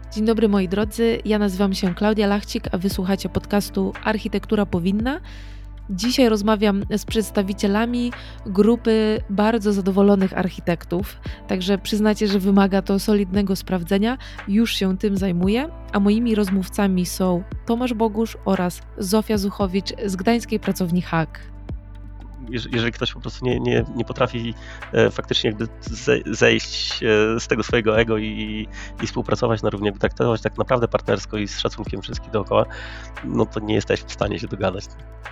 Dzień dobry moi drodzy, ja nazywam się Klaudia Lachcik, a wysłuchacie podcastu Architektura Powinna. Dzisiaj rozmawiam z przedstawicielami grupy bardzo zadowolonych architektów, także przyznacie, że wymaga to solidnego sprawdzenia, już się tym zajmuję, a moimi rozmówcami są Tomasz Bogusz oraz Zofia Zuchowicz z gdańskiej pracowni HAG. Jeżeli ktoś po prostu nie potrafi faktycznie jakby zejść z tego swojego ego i współpracować na równi, jakby traktować tak naprawdę partnersko i z szacunkiem wszystkich dookoła, no to nie jesteś w stanie się dogadać.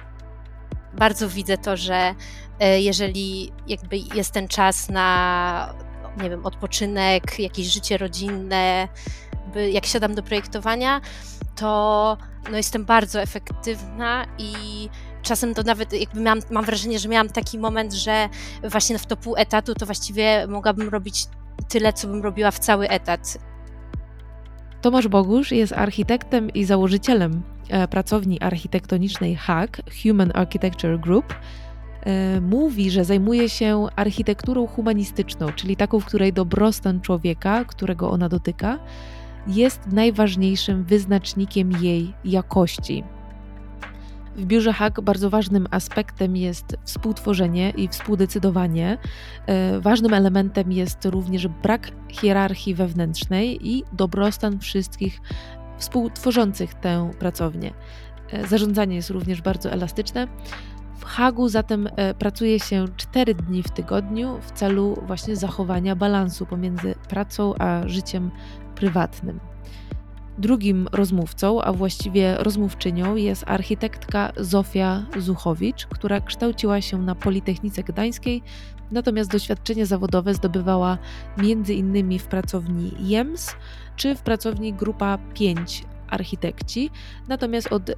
Bardzo widzę to, że jeżeli jakby jest ten czas na, nie wiem, odpoczynek, jakieś życie rodzinne, jak siadam do projektowania, to jestem bardzo efektywna i czasem to nawet jakby mam wrażenie, że miałam taki moment, że właśnie w to pół etatu to właściwie mogłabym robić tyle, co bym robiła w cały etat. Tomasz Bogusz jest architektem i założycielem pracowni architektonicznej HAG, Human Architecture Group. Mówi, że zajmuje się architekturą humanistyczną, czyli taką, w której dobrostan człowieka, którego ona dotyka, jest najważniejszym wyznacznikiem jej jakości. W biurze HAG bardzo ważnym aspektem jest współtworzenie i współdecydowanie. Ważnym elementem jest również brak hierarchii wewnętrznej i dobrostan wszystkich współtworzących tę pracownię. Zarządzanie jest również bardzo elastyczne. W HAG-u zatem pracuje się 4 dni w tygodniu w celu właśnie zachowania balansu pomiędzy pracą a życiem prywatnym. Drugim rozmówcą, a właściwie rozmówczynią jest architektka Zofia Zuchowicz, która kształciła się na Politechnice Gdańskiej, natomiast doświadczenie zawodowe zdobywała m.in. w pracowni JEMS czy w pracowni Grupa 5 Architekci, natomiast od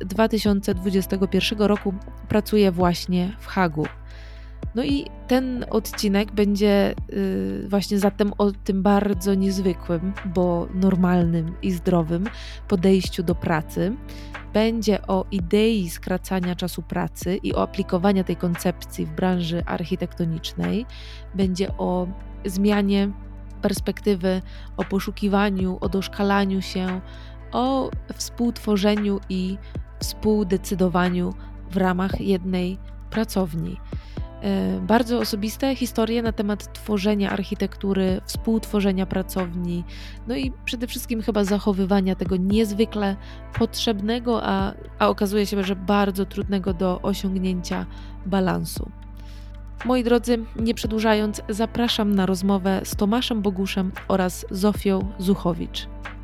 2021 roku pracuje właśnie w HAG-u. No i ten odcinek będzie właśnie zatem o tym bardzo niezwykłym, bo normalnym i zdrowym podejściu do pracy. Będzie o idei skracania czasu pracy i o aplikowaniu tej koncepcji w branży architektonicznej. Będzie o zmianie perspektywy, o poszukiwaniu, o doszkalaniu się, o współtworzeniu i współdecydowaniu w ramach jednej pracowni. Bardzo osobiste historie na temat tworzenia architektury, współtworzenia pracowni, no i przede wszystkim chyba zachowywania tego niezwykle potrzebnego, a okazuje się, że bardzo trudnego do osiągnięcia balansu. Moi drodzy, nie przedłużając, zapraszam na rozmowę z Tomaszem Boguszem oraz Zofią Zuchowicz.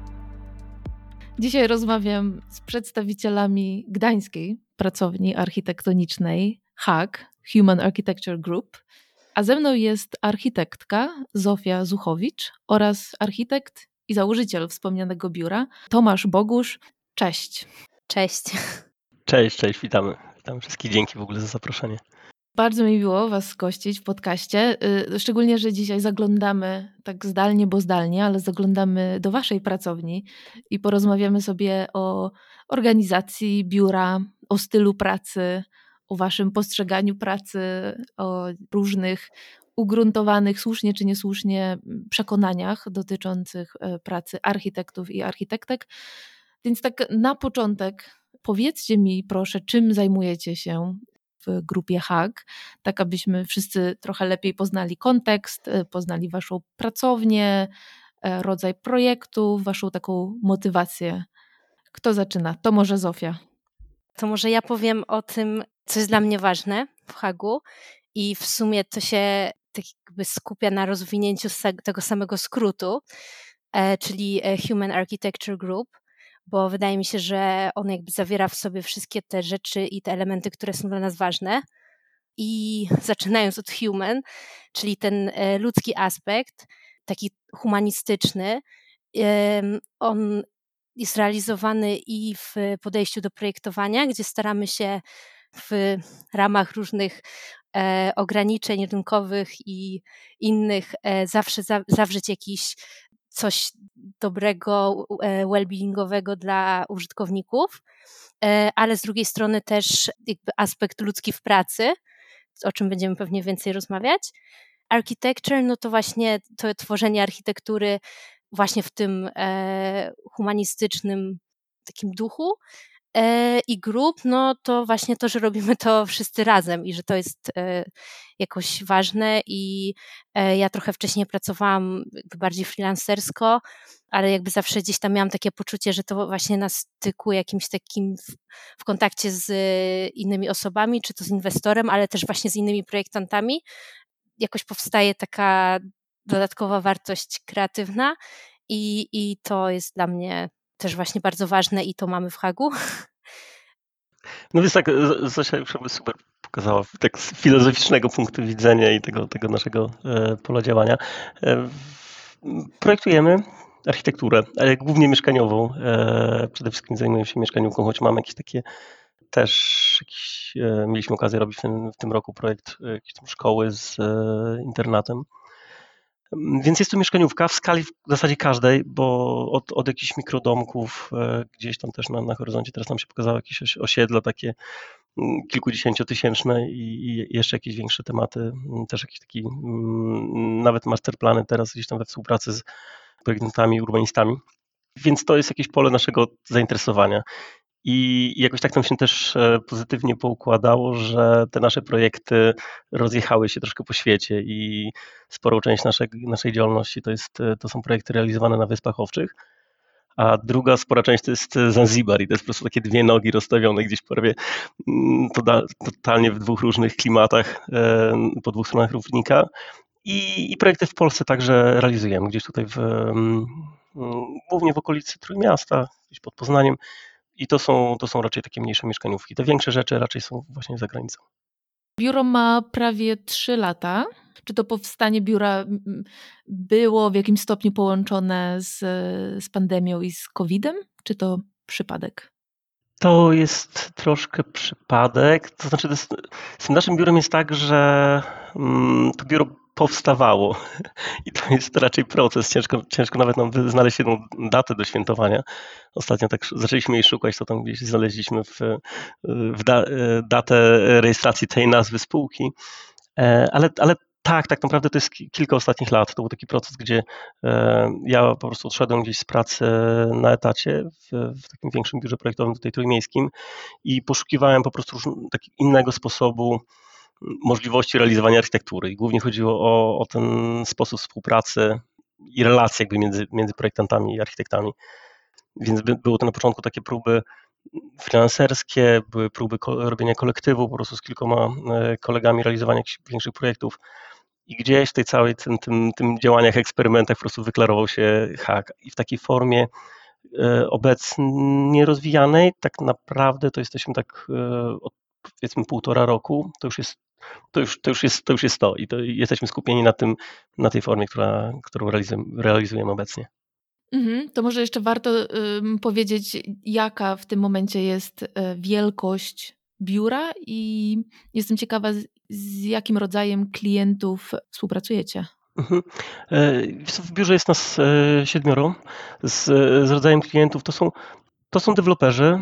Dzisiaj rozmawiam z przedstawicielami gdańskiej pracowni architektonicznej HAG, Human Architecture Group, a ze mną jest architektka Zofia Zuchowicz oraz architekt i założyciel wspomnianego biura Tomasz Bogusz. Cześć. Cześć. Cześć, witamy. Witam wszystkich, dzięki w ogóle za zaproszenie. Bardzo mi miło Was gościć w podcaście, szczególnie, że dzisiaj zaglądamy tak zdalnie, bo zdalnie, ale zaglądamy do Waszej pracowni i porozmawiamy sobie o organizacji biura, o stylu pracy, o Waszym postrzeganiu pracy, o różnych ugruntowanych, słusznie czy niesłusznie, przekonaniach dotyczących pracy architektów i architektek. Więc tak na początek powiedzcie mi proszę, czym zajmujecie się w grupie HAG, tak abyśmy wszyscy trochę lepiej poznali kontekst, poznali Waszą pracownię, rodzaj projektów, Waszą taką motywację. Kto zaczyna? To może Zofia. To może ja powiem o tym, co jest dla mnie ważne w HAG-u i w sumie to się tak jakby skupia na rozwinięciu tego samego skrótu, czyli Human Architecture Group, bo wydaje mi się, że on jakby zawiera w sobie wszystkie te rzeczy i te elementy, które są dla nas ważne. I zaczynając od human, czyli ten ludzki aspekt, taki humanistyczny, on jest realizowany i w podejściu do projektowania, gdzie staramy się w ramach różnych ograniczeń rynkowych i innych zawsze zawrzeć jakiś coś dobrego, well-beingowego dla użytkowników, ale z drugiej strony też jakby aspekt ludzki w pracy, o czym będziemy pewnie więcej rozmawiać. Architecture, no to właśnie to tworzenie architektury właśnie w tym humanistycznym takim duchu. I grup, no to właśnie to, że robimy to wszyscy razem i że to jest jakoś ważne i ja trochę wcześniej pracowałam jakby bardziej freelancersko, ale jakby zawsze gdzieś tam miałam takie poczucie, że to właśnie na styku jakimś takim w kontakcie z innymi osobami, czy to z inwestorem, ale też właśnie z innymi projektantami, jakoś powstaje taka dodatkowa wartość kreatywna i to jest dla mnie też właśnie bardzo ważne i to mamy w Hagu. No więc tak, Zosia już jakby super pokazała tak z filozoficznego punktu widzenia i tego naszego pola działania. Projektujemy architekturę, ale głównie mieszkaniową. Przede wszystkim zajmujemy się mieszkaniówką, choć mamy jakieś takie mieliśmy okazję robić w tym roku projekt jakiejś tam szkoły z internatem. Więc jest to mieszkaniówka w skali w zasadzie każdej, bo od jakichś mikrodomków gdzieś tam też na horyzoncie teraz nam się pokazały jakieś osiedla takie kilkudziesięciotysięczne i jeszcze jakieś większe tematy, też jakieś takie nawet masterplany teraz gdzieś tam we współpracy z projektantami, urbanistami. Więc to jest jakieś pole naszego zainteresowania. I jakoś tak nam się też pozytywnie poukładało, że te nasze projekty rozjechały się troszkę po świecie i sporą część naszej działalności to są projekty realizowane na Wyspach Owczych, a druga spora część to jest Zanzibar i to jest po prostu takie dwie nogi rozstawione gdzieś prawie totalnie w dwóch różnych klimatach po dwóch stronach równika. I projekty w Polsce także realizujemy, gdzieś tutaj głównie w okolicy Trójmiasta, gdzieś pod Poznaniem. I to są raczej takie mniejsze mieszkaniówki. Te większe rzeczy raczej są właśnie za granicą. Biuro ma prawie 3 lata. Czy to powstanie biura było w jakimś stopniu połączone z pandemią i z COVID-em? Czy to przypadek? To jest troszkę przypadek. To znaczy, z tym naszym biurem jest tak, że to biuro powstawało i to jest raczej proces. Ciężko nawet nam znaleźć jedną datę do świętowania. Ostatnio tak zaczęliśmy jej szukać, to tam gdzieś znaleźliśmy datę rejestracji tej nazwy spółki, ale tak naprawdę to jest kilka ostatnich lat. To był taki proces, gdzie ja po prostu odszedłem gdzieś z pracy na etacie w takim większym biurze projektowym tutaj trójmiejskim i poszukiwałem po prostu takiego innego sposobu możliwości realizowania architektury. I głównie chodziło o ten sposób współpracy i relacji jakby między projektantami i architektami. Więc było to na początku takie próby freelancerskie, były próby robienia kolektywu po prostu z kilkoma kolegami, realizowania jakichś większych projektów. I gdzieś w tej całej tym działaniach, eksperymentach po prostu wyklarował się Hag. I w takiej formie obecnie rozwijanej tak naprawdę to jesteśmy tak od powiedzmy 1,5 roku, to już jest to i jesteśmy skupieni na tej formie, którą realizujemy obecnie. To może jeszcze warto powiedzieć, jaka w tym momencie jest wielkość biura i jestem ciekawa, z jakim rodzajem klientów współpracujecie. W biurze jest nas 7. Z rodzajem klientów to są deweloperzy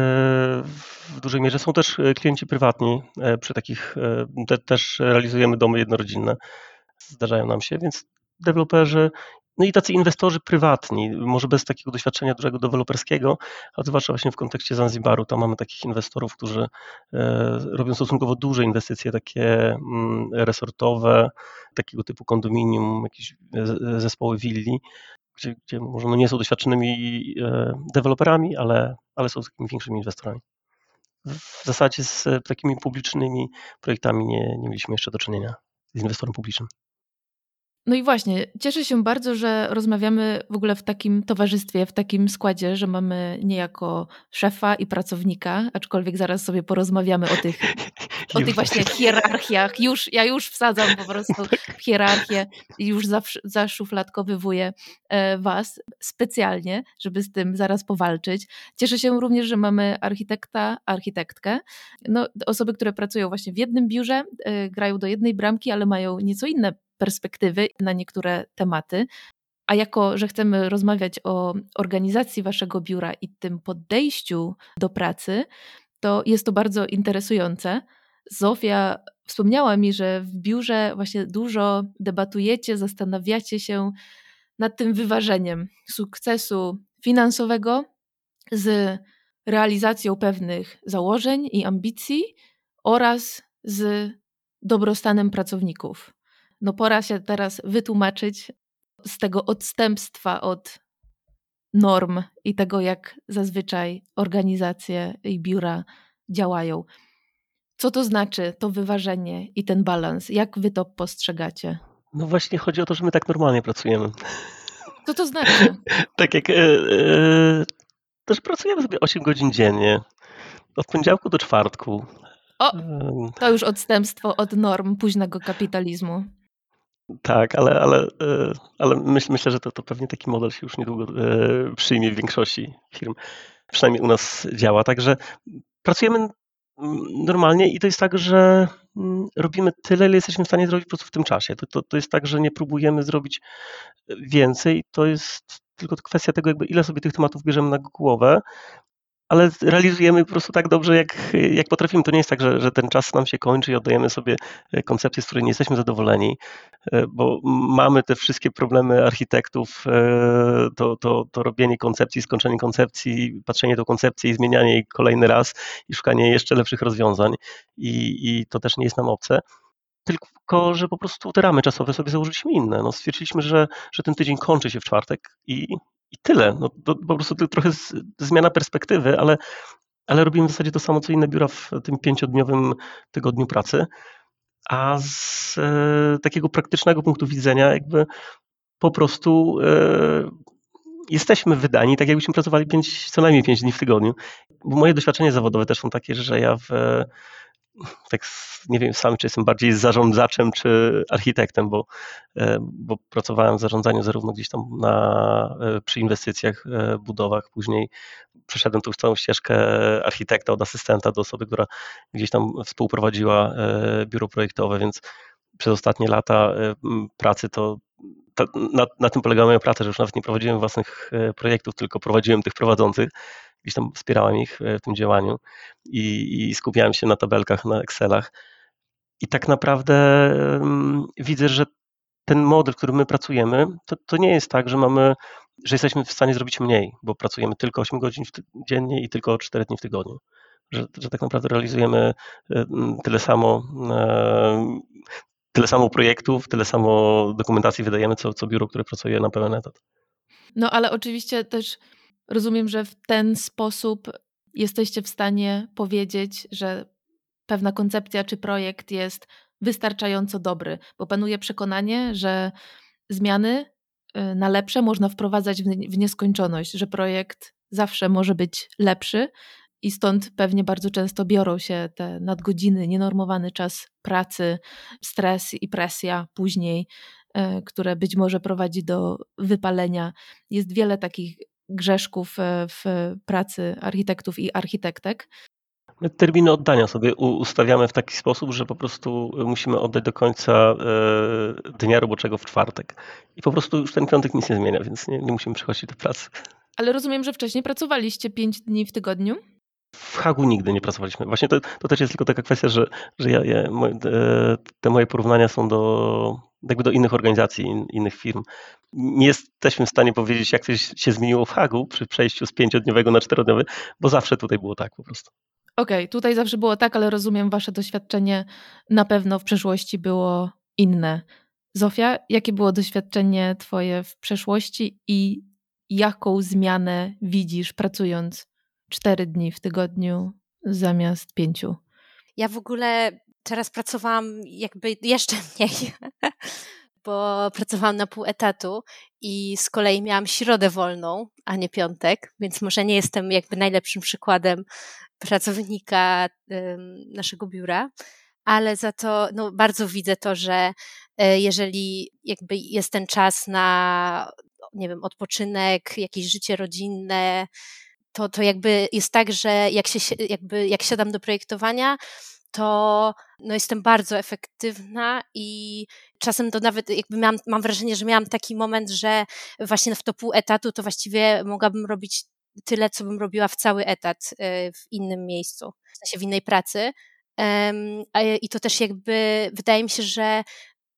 w dużej mierze. Są też klienci prywatni. Przy takich też realizujemy domy jednorodzinne. Zdarzają nam się, więc deweloperzy, no i tacy inwestorzy prywatni, może bez takiego doświadczenia dużego deweloperskiego, ale zwłaszcza właśnie w kontekście Zanzibaru, tam mamy takich inwestorów, którzy robią stosunkowo duże inwestycje, takie resortowe, takiego typu kondominium, jakieś zespoły willi, gdzie może nie są doświadczonymi deweloperami, ale są takimi większymi inwestorami. W zasadzie z takimi publicznymi projektami nie mieliśmy jeszcze do czynienia z inwestorem publicznym. No i właśnie, cieszę się bardzo, że rozmawiamy w ogóle w takim towarzystwie, w takim składzie, że mamy niejako szefa i pracownika, aczkolwiek zaraz sobie porozmawiamy o tych właśnie hierarchiach. Ja już wsadzam po prostu w hierarchię i już zaszufladkowywuję was specjalnie, żeby z tym zaraz powalczyć. Cieszę się również, że mamy architektkę. No, osoby, które pracują właśnie w jednym biurze, grają do jednej bramki, ale mają nieco inne perspektywy na niektóre tematy. A jako, że chcemy rozmawiać o organizacji waszego biura i tym podejściu do pracy, to jest to bardzo interesujące. Zofia wspomniała mi, że w biurze właśnie dużo debatujecie, zastanawiacie się nad tym wyważeniem sukcesu finansowego z realizacją pewnych założeń i ambicji oraz z dobrostanem pracowników. No pora się teraz wytłumaczyć z tego odstępstwa od norm i tego, jak zazwyczaj organizacje i biura działają. Co to znaczy to wyważenie i ten balans? Jak wy to postrzegacie? No właśnie chodzi o to, że my tak normalnie pracujemy. Co to znaczy? Tak jak też pracujemy sobie 8 godzin dziennie. Od poniedziałku do czwartku. O, to już odstępstwo od norm późnego kapitalizmu. Tak, ale myślę, że to pewnie taki model się już niedługo przyjmie w większości firm. Przynajmniej u nas działa. Także pracujemy normalnie i to jest tak, że robimy tyle, ile jesteśmy w stanie zrobić po prostu w tym czasie. To jest tak, że nie próbujemy zrobić więcej. To jest tylko kwestia tego, jakby ile sobie tych tematów bierzemy na głowę, ale realizujemy po prostu tak dobrze, jak potrafimy. To nie jest tak, że ten czas nam się kończy i oddajemy sobie koncepcję, z której nie jesteśmy zadowoleni, bo mamy te wszystkie problemy architektów, to robienie koncepcji, skończenie koncepcji, patrzenie do koncepcji i zmienianie jej kolejny raz i szukanie jeszcze lepszych rozwiązań i to też nie jest nam obce. Tylko, że po prostu te ramy czasowe sobie założyliśmy inne. No, stwierdziliśmy, że ten tydzień kończy się w czwartek i tyle. No, to po prostu to trochę zmiana perspektywy, ale robimy w zasadzie to samo, co inne biura w tym 5-dniowym tygodniu pracy. A z takiego praktycznego punktu widzenia jakby po prostu jesteśmy wydani tak, jakbyśmy pracowali co najmniej 5 dni w tygodniu. Bo moje doświadczenia zawodowe też są takie, że ja tak nie wiem sam, czy jestem bardziej zarządzaczem, czy architektem, bo pracowałem w zarządzaniu zarówno gdzieś tam przy inwestycjach, budowach, później przeszedłem tą już całą ścieżkę architekta od asystenta do osoby, która gdzieś tam współprowadziła biuro projektowe, więc przez ostatnie lata pracy na tym polegała moja praca, że już nawet nie prowadziłem własnych projektów, tylko prowadziłem tych prowadzących. Gdzieś tam wspierałem ich w tym działaniu i skupiałem się na tabelkach, na Excelach. I tak naprawdę widzę, że ten model, w którym my pracujemy, to nie jest tak, że jesteśmy w stanie zrobić mniej, bo pracujemy tylko 8 godzin dziennie i tylko 4 dni w tygodniu. Że tak naprawdę realizujemy tyle samo projektów, tyle samo dokumentacji wydajemy, co biuro, które pracuje na pełen etat. No ale oczywiście też rozumiem, że w ten sposób jesteście w stanie powiedzieć, że pewna koncepcja czy projekt jest wystarczająco dobry, bo panuje przekonanie, że zmiany na lepsze można wprowadzać w nieskończoność, że projekt zawsze może być lepszy i stąd pewnie bardzo często biorą się te nadgodziny, nienormowany czas pracy, stres i presja później, które być może prowadzi do wypalenia. Jest wiele takich grzeszków w pracy architektów i architektek. My terminy oddania sobie ustawiamy w taki sposób, że po prostu musimy oddać do końca dnia roboczego w czwartek. I po prostu już ten piątek nic nie zmienia, więc nie musimy przychodzić do pracy. Ale rozumiem, że wcześniej pracowaliście 5 dni w tygodniu? W Hagu nigdy nie pracowaliśmy. Właśnie to też jest tylko taka kwestia, że te moje porównania są do innych organizacji, innych firm. Nie jesteśmy w stanie powiedzieć, jak coś się zmieniło w Hagu przy przejściu z 5-dniowego na 4-dniowy, bo zawsze tutaj było tak po prostu. Okej, tutaj zawsze było tak, ale rozumiem, wasze doświadczenie na pewno w przeszłości było inne. Zofia, jakie było doświadczenie twoje w przeszłości i jaką zmianę widzisz pracując 4 dni w tygodniu zamiast 5? Ja w ogóle teraz pracowałam jakby jeszcze mniej, bo pracowałam na pół etatu i z kolei miałam środę wolną, a nie piątek, więc może nie jestem jakby najlepszym przykładem pracownika naszego biura, ale za to no, bardzo widzę to, że jeżeli jakby jest ten czas na, nie wiem, odpoczynek, jakieś życie rodzinne, to jakby jest tak, że jak siadam do projektowania, to no jestem bardzo efektywna i czasem to nawet jakby mam wrażenie, że miałam taki moment, że właśnie w to pół etatu to właściwie mogłabym robić tyle, co bym robiła w cały etat w innym miejscu, w sensie w innej pracy. I to też jakby wydaje mi się, że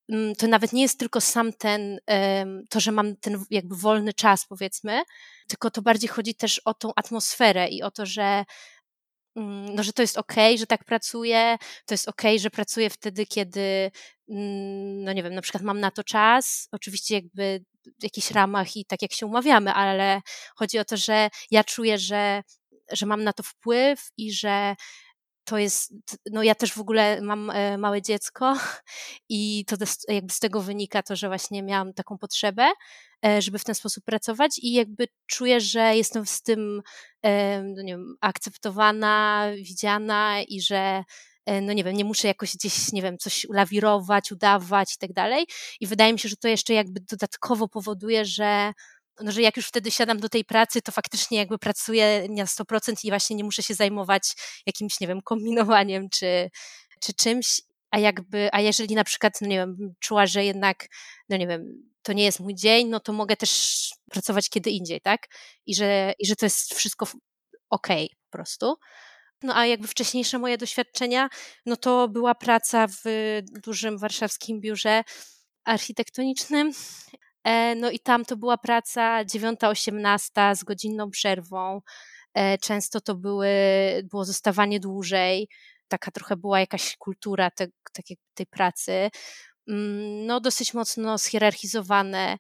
to nawet nie jest tylko sam to, że mam ten jakby wolny czas, powiedzmy, tylko to bardziej chodzi też o tą atmosferę i o to, że no, że to jest okej, że tak pracuję, to jest okej, że pracuję wtedy, kiedy no nie wiem, na przykład mam na to czas, oczywiście jakby w jakichś ramach i tak jak się umawiamy, ale chodzi o to, że ja czuję, że mam na to wpływ i że to jest, no ja też w ogóle mam małe dziecko i to jakby z tego wynika to, że właśnie miałam taką potrzebę, żeby w ten sposób pracować i jakby czuję, że jestem z tym, no nie wiem, akceptowana, widziana i że no nie wiem, nie muszę jakoś gdzieś, nie wiem, coś lawirować, udawać i tak dalej. I wydaje mi się, że to jeszcze jakby dodatkowo powoduje, że no, że jak już wtedy siadam do tej pracy, to faktycznie jakby pracuję na 100% i właśnie nie muszę się zajmować jakimś, nie wiem, kombinowaniem czy czymś, a jeżeli na przykład, no nie wiem, czuła, że jednak, no nie wiem, to nie jest mój dzień, no to mogę też pracować kiedy indziej, tak? I że to jest wszystko okej po prostu. No a jakby wcześniejsze moje doświadczenia, no to była praca w dużym warszawskim biurze architektonicznym. No i tam to była praca 9-18 z godzinną przerwą. Często to było zostawanie dłużej. Taka trochę była jakaś kultura tej pracy. No dosyć mocno schierarchizowane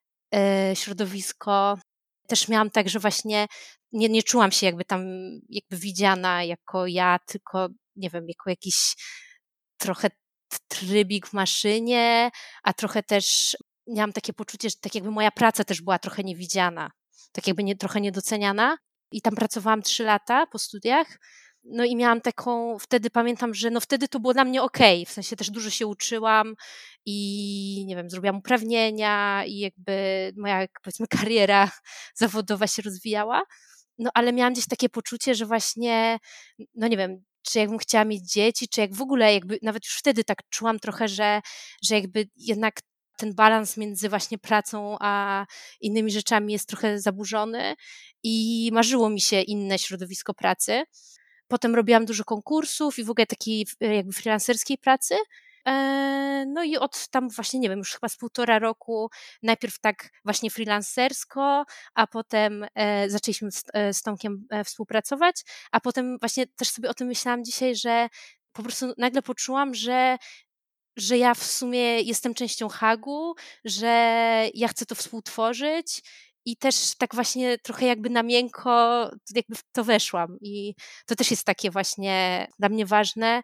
środowisko. Też miałam tak, że właśnie nie czułam się jakby tam jakby widziana jako ja, tylko nie wiem, jako jakiś trochę trybik w maszynie, a trochę też miałam takie poczucie, że tak jakby moja praca też była trochę niewidziana, tak jakby trochę niedoceniana. I tam pracowałam 3 lata po studiach. No i miałam taką, wtedy pamiętam, że no wtedy to było dla mnie okej, w sensie też dużo się uczyłam i nie wiem, zrobiłam uprawnienia i jakby moja, powiedzmy, kariera zawodowa się rozwijała. No ale miałam gdzieś takie poczucie, że właśnie, no nie wiem, czy jakbym chciała mieć dzieci, czy jak w ogóle jakby nawet już wtedy tak czułam trochę, że jakby jednak ten balans między właśnie pracą a innymi rzeczami jest trochę zaburzony i marzyło mi się inne środowisko pracy. Potem robiłam dużo konkursów i w ogóle takiej jakby freelancerskiej pracy. No i od tam właśnie, nie wiem, już chyba z 1,5 roku najpierw tak właśnie freelancersko, a potem zaczęliśmy z Tomkiem współpracować, a potem właśnie też sobie o tym myślałam dzisiaj, że po prostu nagle poczułam, że ja w sumie jestem częścią Hagu, że ja chcę to współtworzyć i też tak właśnie trochę jakby na miękko jakby w to weszłam i to też jest takie właśnie dla mnie ważne,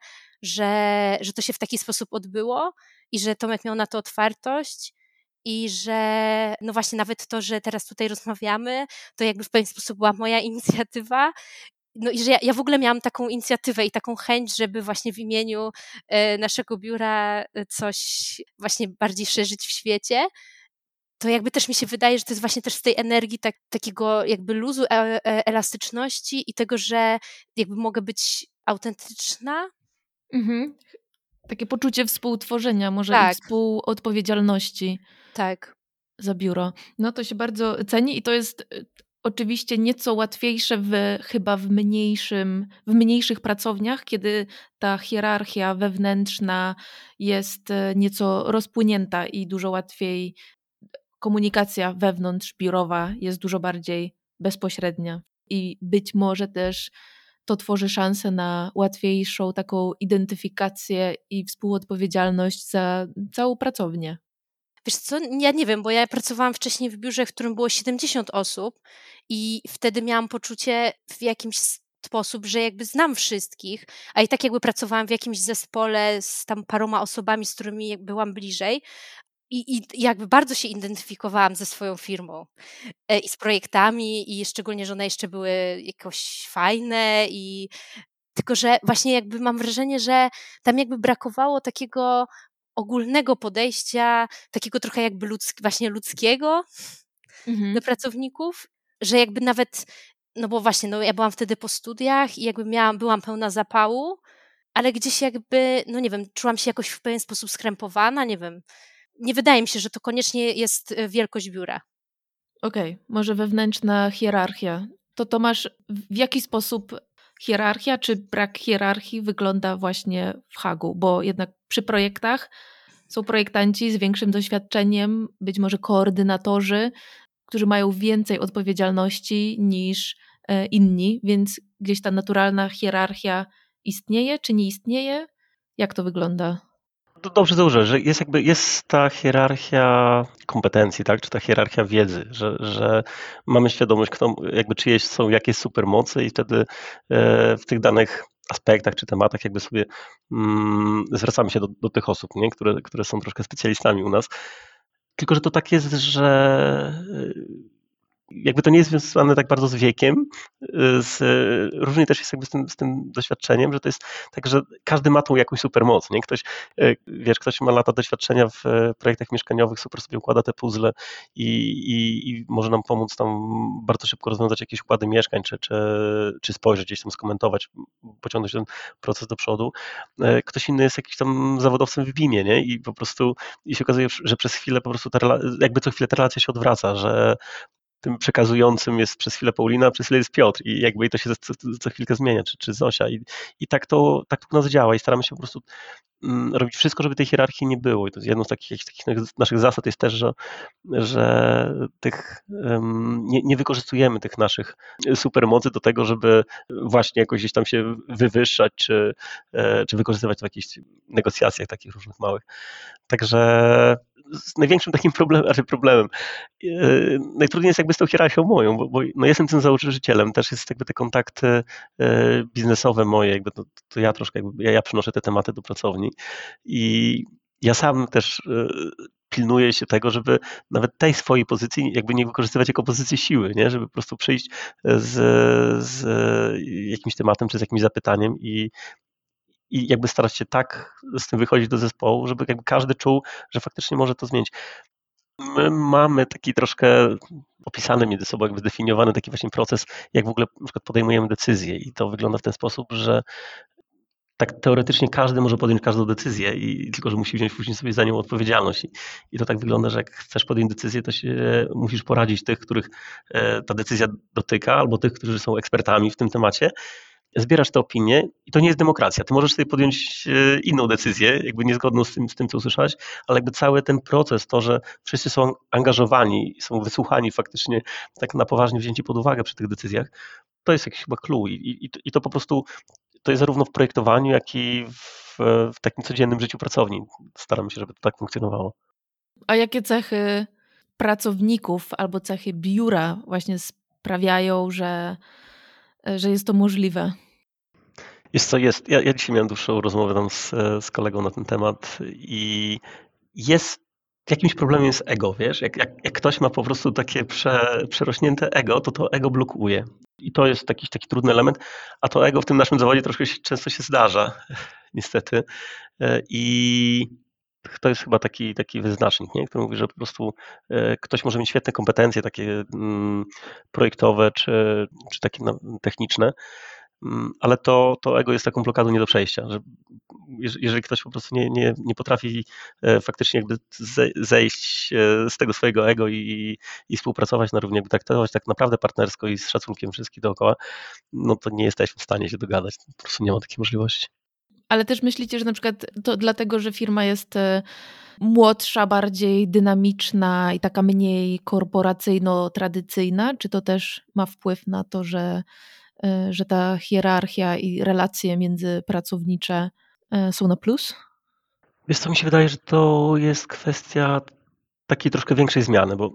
że to się w taki sposób odbyło i że Tomek miał na to otwartość i że no właśnie nawet to, że teraz tutaj rozmawiamy, to jakby w pewien sposób była moja inicjatywa. No i że ja w ogóle miałam taką inicjatywę i taką chęć, żeby właśnie w imieniu naszego biura coś właśnie bardziej szerzyć w świecie. To jakby też mi się wydaje, że to jest właśnie też z tej energii takiego jakby luzu, elastyczności i tego, że jakby mogę być autentyczna. Mhm. Takie poczucie współtworzenia, może i Tak, współodpowiedzialności tak. za biuro. No to się bardzo ceni i to jest oczywiście nieco łatwiejsze chyba w mniejszych pracowniach, kiedy ta hierarchia wewnętrzna jest nieco rozpłynięta i dużo łatwiej komunikacja wewnątrzbiurowa jest dużo bardziej bezpośrednia. I być może też to tworzy szansę na łatwiejszą taką identyfikację i współodpowiedzialność za całą pracownię. Wiesz co, ja nie wiem, bo ja pracowałam wcześniej w biurze, w którym było 70 osób i wtedy miałam poczucie w jakimś sposób, że jakby znam wszystkich, a i tak jakby pracowałam w jakimś zespole z tam paroma osobami, z którymi byłam bliżej i jakby bardzo się identyfikowałam ze swoją firmą i z projektami i szczególnie, że one jeszcze były jakoś fajne i tylko, że właśnie jakby mam wrażenie, że tam jakby brakowało takiego ogólnego podejścia, takiego trochę jakby właśnie ludzkiego do pracowników, że jakby nawet, no bo właśnie, no ja byłam wtedy po studiach i jakby byłam pełna zapału, ale gdzieś jakby, no nie wiem, czułam się jakoś w pewien sposób skrępowana, nie wiem. Nie wydaje mi się, że to koniecznie jest wielkość biura. Okej, może wewnętrzna hierarchia. To Tomasz, w jaki sposób hierarchia czy brak hierarchii wygląda właśnie w Hagu? Bo jednak przy projektach Są projektanci z większym doświadczeniem, być może koordynatorzy, którzy mają więcej odpowiedzialności niż inni, więc gdzieś ta naturalna hierarchia istnieje czy nie istnieje? Jak to wygląda? To dobrze założyłeś, że jest ta hierarchia kompetencji, tak? Czy ta hierarchia wiedzy, że mamy świadomość, czyjeś są jakieś supermocy i wtedy w tych danych aspektach czy tematach sobie zwracamy się do tych osób, nie? Które są troszkę specjalistami u nas. Tylko, że to tak jest, że to nie jest związane tak bardzo z wiekiem, różnie też jest z tym doświadczeniem, że to jest tak, że każdy ma tą jakąś supermoc, nie? Ktoś ma lata doświadczenia w projektach mieszkaniowych, super sobie układa te puzzle i może nam pomóc tam bardzo szybko rozwiązać jakieś układy mieszkań, czy spojrzeć gdzieś tam, skomentować, pociągnąć ten proces do przodu. Ktoś inny jest jakimś tam zawodowcem w BIM-ie, nie? I po prostu się okazuje, że przez chwilę po prostu co chwilę ta relacja się odwraca, że tym przekazującym jest przez chwilę Paulina, a przez chwilę jest Piotr i to się co chwilkę zmienia, czy Zosia i tak to u nas działa i staramy się po prostu robić wszystko, żeby tej hierarchii nie było i to jest jedną z takich naszych zasad jest też, że nie wykorzystujemy tych naszych supermocy do tego, żeby właśnie jakoś gdzieś tam się wywyższać, czy wykorzystywać w jakichś negocjacjach takich różnych małych. Także z największym takim problemem. Najtrudniej jest z tą hierarchią moją, bo no jestem tym założycielem, też jest te kontakty biznesowe moje, to ja troszkę ja przynoszę te tematy do pracowni i ja sam też pilnuję się tego, żeby nawet tej swojej pozycji nie wykorzystywać jako pozycji siły, nie? Żeby po prostu przyjść z jakimś tematem czy z jakimś zapytaniem i starać się tak z tym wychodzić do zespołu, żeby każdy czuł, że faktycznie może to zmienić. My mamy taki troszkę opisany między sobą, zdefiniowany taki właśnie proces, jak w ogóle na przykład podejmujemy decyzje i to wygląda w ten sposób, że tak teoretycznie każdy może podjąć każdą decyzję i tylko, że musi wziąć później sobie za nią odpowiedzialność. I to tak wygląda, że jak chcesz podjąć decyzję, to się musisz poradzić tych, których ta decyzja dotyka, albo tych, którzy są ekspertami w tym temacie. Zbierasz te opinie i to nie jest demokracja. Ty możesz sobie podjąć inną decyzję, niezgodną z tym, co usłyszałeś, ale cały ten proces, to, że wszyscy są angażowani, są wysłuchani faktycznie, tak na poważnie wzięci pod uwagę przy tych decyzjach, to jest jakiś chyba clue i to po prostu, to jest zarówno w projektowaniu, jak i w takim codziennym życiu pracowni. Staramy się, żeby to tak funkcjonowało. A jakie cechy pracowników albo cechy biura właśnie sprawiają, że jest to możliwe? Ja dzisiaj miałem dłuższą rozmowę tam z kolegą na ten temat i jakimś problemem jest ego, wiesz? Jak ktoś ma po prostu takie przerośnięte ego, to ego blokuje. I to jest taki trudny element, a to ego w tym naszym zawodzie troszkę często się zdarza, niestety. I to jest chyba taki wyznacznik, nie? Który mówi, że po prostu ktoś może mieć świetne kompetencje takie projektowe, czy takie techniczne, ale to ego jest taką blokadą nie do przejścia, że jeżeli ktoś po prostu nie potrafi faktycznie zejść z tego swojego ego i współpracować na równi, traktować tak naprawdę partnersko i z szacunkiem wszystkich dookoła, no to nie jesteśmy w stanie się dogadać. Po prostu nie ma takiej możliwości. Ale też myślicie, że na przykład to dlatego, że firma jest młodsza, bardziej dynamiczna i taka mniej korporacyjno-tradycyjna? Czy to też ma wpływ na to, że ta hierarchia i relacje międzypracownicze są na plus? Wiesz co, mi się wydaje, że to jest kwestia takiej troszkę większej zmiany, bo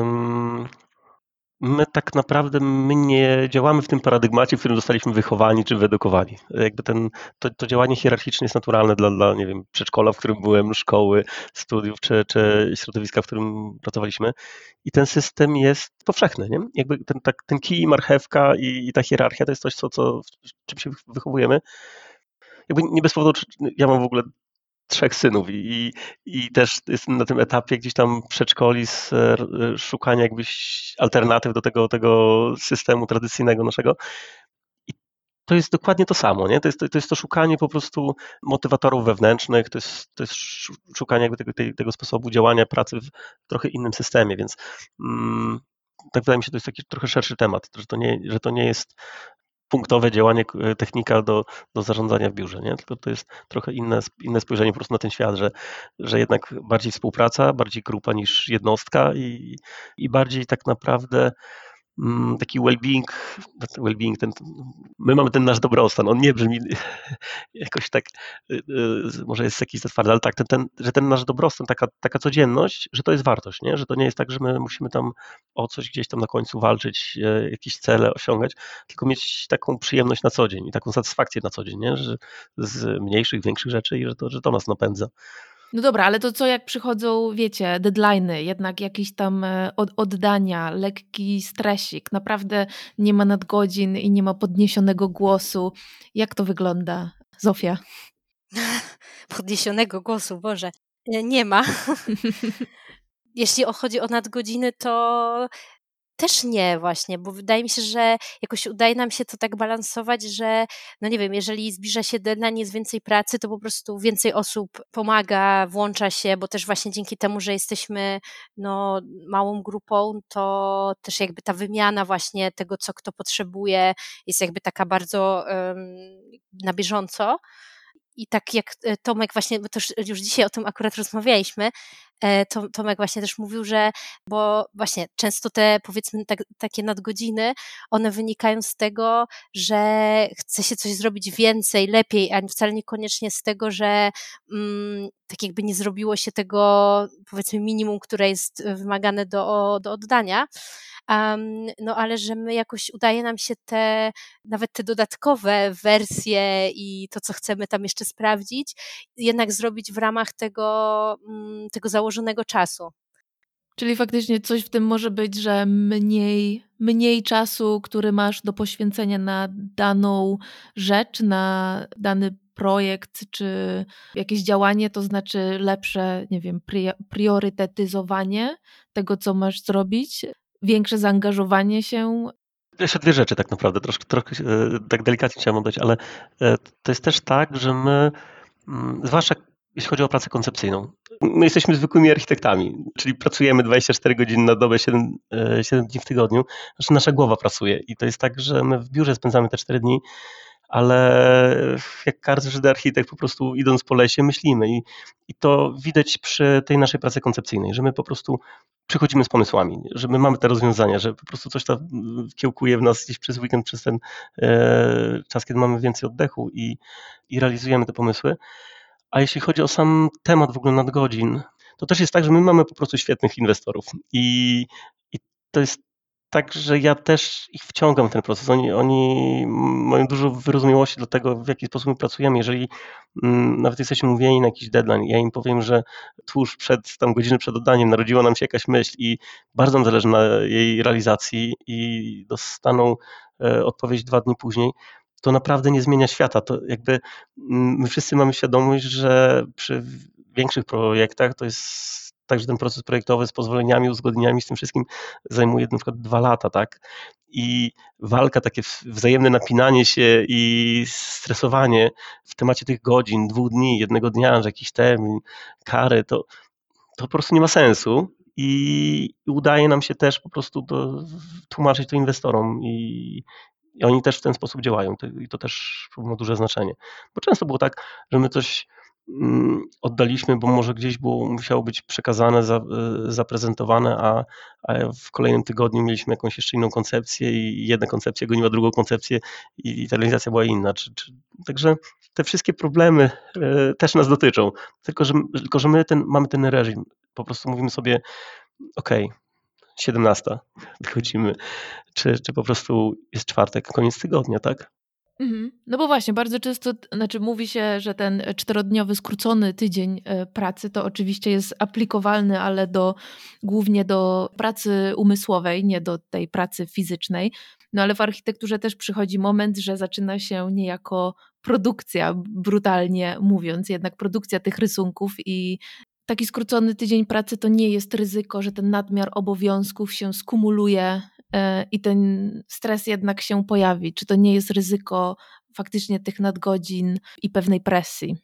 my tak naprawdę nie działamy w tym paradygmacie, w którym zostaliśmy wychowani czy wyedukowani. To działanie hierarchiczne jest naturalne dla nie wiem, przedszkola, w którym byłem, szkoły, studiów czy środowiska, w którym pracowaliśmy. I ten system jest powszechny, nie? Ten kij, marchewka i ta hierarchia to jest coś, czym się wychowujemy. Nie bez powodu, ja mam w ogóle 3 synów i też jestem na tym etapie gdzieś tam przedszkoli z szukania alternatyw do tego systemu tradycyjnego naszego. I to jest dokładnie to samo, nie? To jest to szukanie po prostu motywatorów wewnętrznych, to jest szukanie tego sposobu działania pracy w trochę innym systemie, więc tak wydaje mi się, to jest taki trochę szerszy temat, że to nie jest punktowe działanie, technika do zarządzania w biurze, nie? Tylko to jest trochę inne spojrzenie po prostu na ten świat, że jednak bardziej współpraca, bardziej grupa niż jednostka i bardziej tak naprawdę taki well-being, my mamy ten nasz dobrostan, on nie brzmi jakoś tak, może jest jakiś za twardy, ale tak, że ten nasz dobrostan, taka codzienność, że to jest wartość, nie? Że to nie jest tak, że my musimy tam o coś gdzieś tam na końcu walczyć, jakieś cele osiągać, tylko mieć taką przyjemność na co dzień i taką satysfakcję na co dzień, nie? Że z mniejszych, większych rzeczy i że to nas napędza. No dobra, ale to co jak przychodzą, wiecie, deadline'y, jednak jakieś tam oddania, lekki stresik, naprawdę nie ma nadgodzin i nie ma podniesionego głosu. Jak to wygląda, Zofia? Podniesionego głosu, Boże. Nie ma. Jeśli chodzi o nadgodziny, to też nie właśnie, bo wydaje mi się, że jakoś udaje nam się to tak balansować, że no nie wiem, jeżeli zbliża się deadline, jest więcej pracy, to po prostu więcej osób pomaga, włącza się, bo też właśnie dzięki temu, że jesteśmy no, małą grupą, to też jakby ta wymiana właśnie tego, co kto potrzebuje, jest jakby taka bardzo na bieżąco. I tak jak Tomek właśnie, bo też już dzisiaj o tym akurat rozmawialiśmy, Tomek właśnie też mówił, że bo właśnie często te powiedzmy takie nadgodziny, one wynikają z tego, że chce się coś zrobić więcej, lepiej, a wcale niekoniecznie z tego, że tak jakby nie zrobiło się tego powiedzmy minimum, które jest wymagane do oddania. No ale że my jakoś udaje nam się nawet te dodatkowe wersje i to, co chcemy tam jeszcze sprawdzić, jednak zrobić w ramach tego założonego czasu. Czyli faktycznie coś w tym może być, że mniej czasu, który masz do poświęcenia na daną rzecz, na dany projekt czy jakieś działanie, to znaczy lepsze, nie wiem, priorytetyzowanie tego, co masz zrobić, większe zaangażowanie się. Jeszcze dwie rzeczy tak naprawdę, troszkę tak delikatnie chciałem oddać, ale to jest też tak, że my, zwłaszcza jeśli chodzi o pracę koncepcyjną, my jesteśmy zwykłymi architektami, czyli pracujemy 24 godziny na dobę, 7 dni w tygodniu, znaczy nasza głowa pracuje i to jest tak, że my w biurze spędzamy te 4 dni, ale jak każdy architekt po prostu idąc po lesie myślimy i to widać przy tej naszej pracy koncepcyjnej, że my po prostu przychodzimy z pomysłami, że my mamy te rozwiązania, że po prostu coś tam kiełkuje w nas gdzieś przez weekend, przez ten czas, kiedy mamy więcej oddechu i realizujemy te pomysły. A jeśli chodzi o sam temat w ogóle nadgodzin, to też jest tak, że my mamy po prostu świetnych inwestorów i to jest tak, że ja też ich wciągam w ten proces. Oni mają dużo wyrozumiałości do tego, w jaki sposób my pracujemy. Jeżeli nawet jesteśmy umówieni na jakiś deadline, ja im powiem, że tuż godziny przed oddaniem narodziła nam się jakaś myśl i bardzo nam zależy na jej realizacji i dostaną odpowiedź 2 dni później, to naprawdę nie zmienia świata. To jakby my wszyscy mamy świadomość, że przy większych projektach to jest tak, że ten proces projektowy z pozwoleniami, uzgodnieniami, z tym wszystkim zajmuje na przykład 2 lata, tak? I walka, takie wzajemne napinanie się i stresowanie w temacie tych godzin, 2 dni, 1 dnia, że jakiś termin, kary, to po prostu nie ma sensu. I udaje nam się też po prostu tłumaczyć to inwestorom i oni też w ten sposób działają i to też ma duże znaczenie. Bo często było tak, że my coś oddaliśmy, bo może gdzieś musiało być przekazane, zaprezentowane, a w kolejnym tygodniu mieliśmy jakąś jeszcze inną koncepcję i jedna koncepcja goniła drugą koncepcję i ta realizacja była inna. Także te wszystkie problemy też nas dotyczą, tylko że my mamy ten reżim. Po prostu mówimy sobie, okej, 17 wychodzimy, czy po prostu jest czwartek, koniec tygodnia, tak? No bo właśnie, bardzo często, mówi się, że ten 4-dniowy skrócony tydzień pracy to oczywiście jest aplikowalny, ale głównie do pracy umysłowej, nie do tej pracy fizycznej. No ale w architekturze też przychodzi moment, że zaczyna się niejako produkcja, brutalnie mówiąc, jednak produkcja tych rysunków i taki skrócony tydzień pracy to nie jest ryzyko, że ten nadmiar obowiązków się skumuluje i ten stres jednak się pojawi. Czy to nie jest ryzyko faktycznie tych nadgodzin i pewnej presji?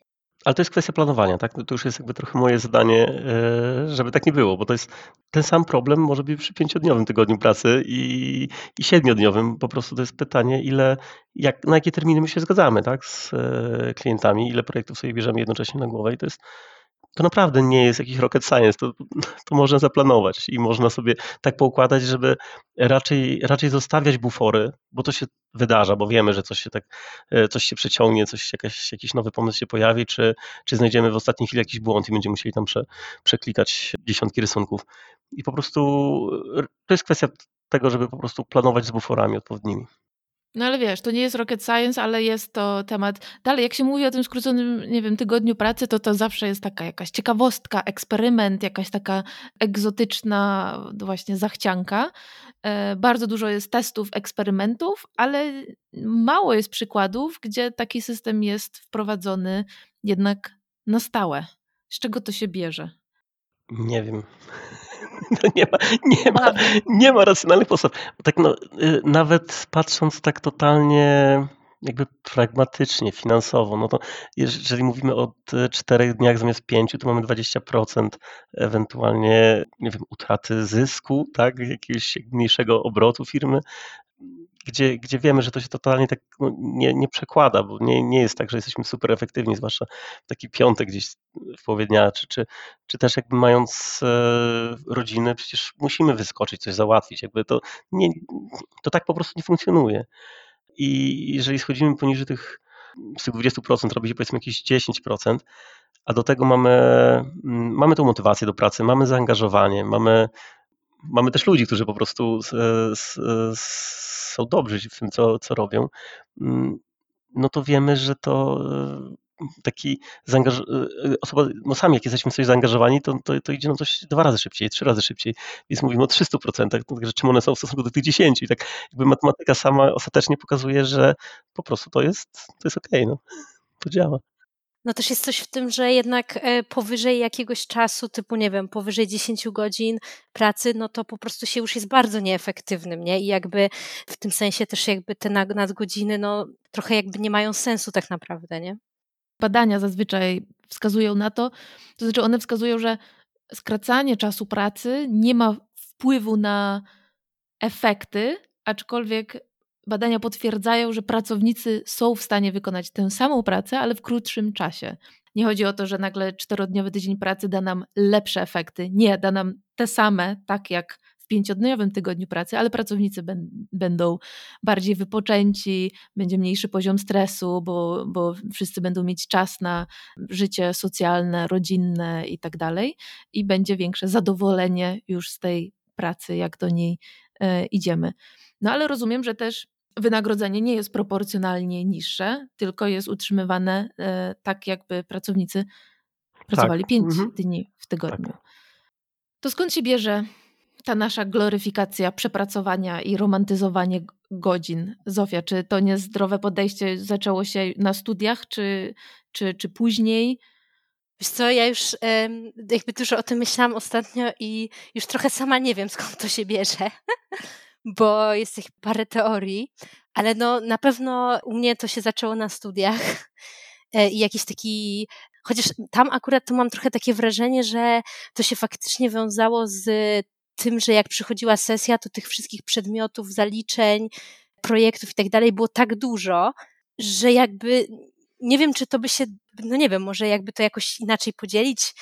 Ale to jest kwestia planowania, tak? To już jest jakby trochę moje zadanie, żeby tak nie było, bo to jest ten sam problem może być przy 5-dniowym tygodniu pracy i 7-dniowym. Po prostu to jest pytanie, na jakie terminy my się zgadzamy, tak? Z klientami, ile projektów sobie bierzemy jednocześnie na głowę i to naprawdę nie jest jakiś rocket science, to można zaplanować i można sobie tak poukładać, żeby raczej zostawiać bufory, bo to się wydarza, bo wiemy, że coś się przeciągnie, jakiś nowy pomysł się pojawi, czy znajdziemy w ostatniej chwili jakiś błąd i będziemy musieli tam przeklikać dziesiątki rysunków. I po prostu to jest kwestia tego, żeby po prostu planować z buforami odpowiednimi. No ale wiesz, to nie jest rocket science, ale jest to temat. Dalej, jak się mówi o tym skróconym, nie wiem, tygodniu pracy, to zawsze jest taka jakaś ciekawostka, eksperyment, jakaś taka egzotyczna właśnie zachcianka. Bardzo dużo jest testów, eksperymentów, ale mało jest przykładów, gdzie taki system jest wprowadzony jednak na stałe. Z czego to się bierze? Nie wiem. No nie ma racjonalnych podstaw. Tak nawet patrząc tak totalnie jakby pragmatycznie, finansowo, no to jeżeli mówimy o 4 dniach zamiast 5, to mamy 20% ewentualnie, nie wiem, utraty zysku, tak, jakiegoś mniejszego obrotu firmy, gdzie wiemy, że to się totalnie tak nie przekłada, bo nie jest tak, że jesteśmy super efektywni, zwłaszcza w taki piątek gdzieś w połowie dnia, czy też jakby mając rodzinę, przecież musimy wyskoczyć, coś załatwić, jakby to tak po prostu nie funkcjonuje. I jeżeli schodzimy poniżej z tych 20%, robi się powiedzmy jakieś 10%, a do tego mamy tą motywację do pracy, mamy zaangażowanie, mamy też ludzi, którzy po prostu są dobrzy w tym, co robią, no to wiemy, że to taki osoba, no sami jak jesteśmy w coś zaangażowani, to idzie nam coś 2 razy szybciej, 3 razy szybciej, więc mówimy o 300%, także czym one są w stosunku do tych 10 i tak jakby matematyka sama ostatecznie pokazuje, że po prostu to jest okej, no, to działa. No też jest coś w tym, że jednak powyżej jakiegoś czasu, typu nie wiem, powyżej 10 godzin pracy, no to po prostu się już jest bardzo nieefektywnym, nie? I jakby w tym sensie też jakby te nadgodziny, no trochę jakby nie mają sensu tak naprawdę, nie? Badania zazwyczaj wskazują na to znaczy one wskazują, że skracanie czasu pracy nie ma wpływu na efekty, aczkolwiek badania potwierdzają, że pracownicy są w stanie wykonać tę samą pracę, ale w krótszym czasie. Nie chodzi o to, że nagle 4-dniowy tydzień pracy da nam lepsze efekty. Nie, da nam te same, tak jak w 5-dniowym tygodniu pracy, ale pracownicy będą bardziej wypoczęci, będzie mniejszy poziom stresu, bo wszyscy będą mieć czas na życie socjalne, rodzinne i tak dalej i będzie większe zadowolenie już z tej pracy, jak do niej idziemy. No ale rozumiem, że też wynagrodzenie nie jest proporcjonalnie niższe, tylko jest utrzymywane tak, jakby pracownicy pracowali 5 dni w tygodniu. Tak. To skąd się bierze ta nasza gloryfikacja przepracowania i romantyzowanie godzin? Zofia, czy to niezdrowe podejście zaczęło się na studiach, czy później? Wiesz co, ja już jakby dużo o tym myślałam ostatnio i już trochę sama nie wiem, skąd to się bierze, bo jest ich parę teorii, ale no na pewno u mnie to się zaczęło na studiach i jakiś taki, chociaż tam akurat to mam trochę takie wrażenie, że to się faktycznie wiązało z tym, że jak przychodziła sesja, to tych wszystkich przedmiotów, zaliczeń, projektów i tak dalej było tak dużo, że jakby nie wiem, czy to by się, no nie wiem, może jakby to jakoś inaczej podzielić,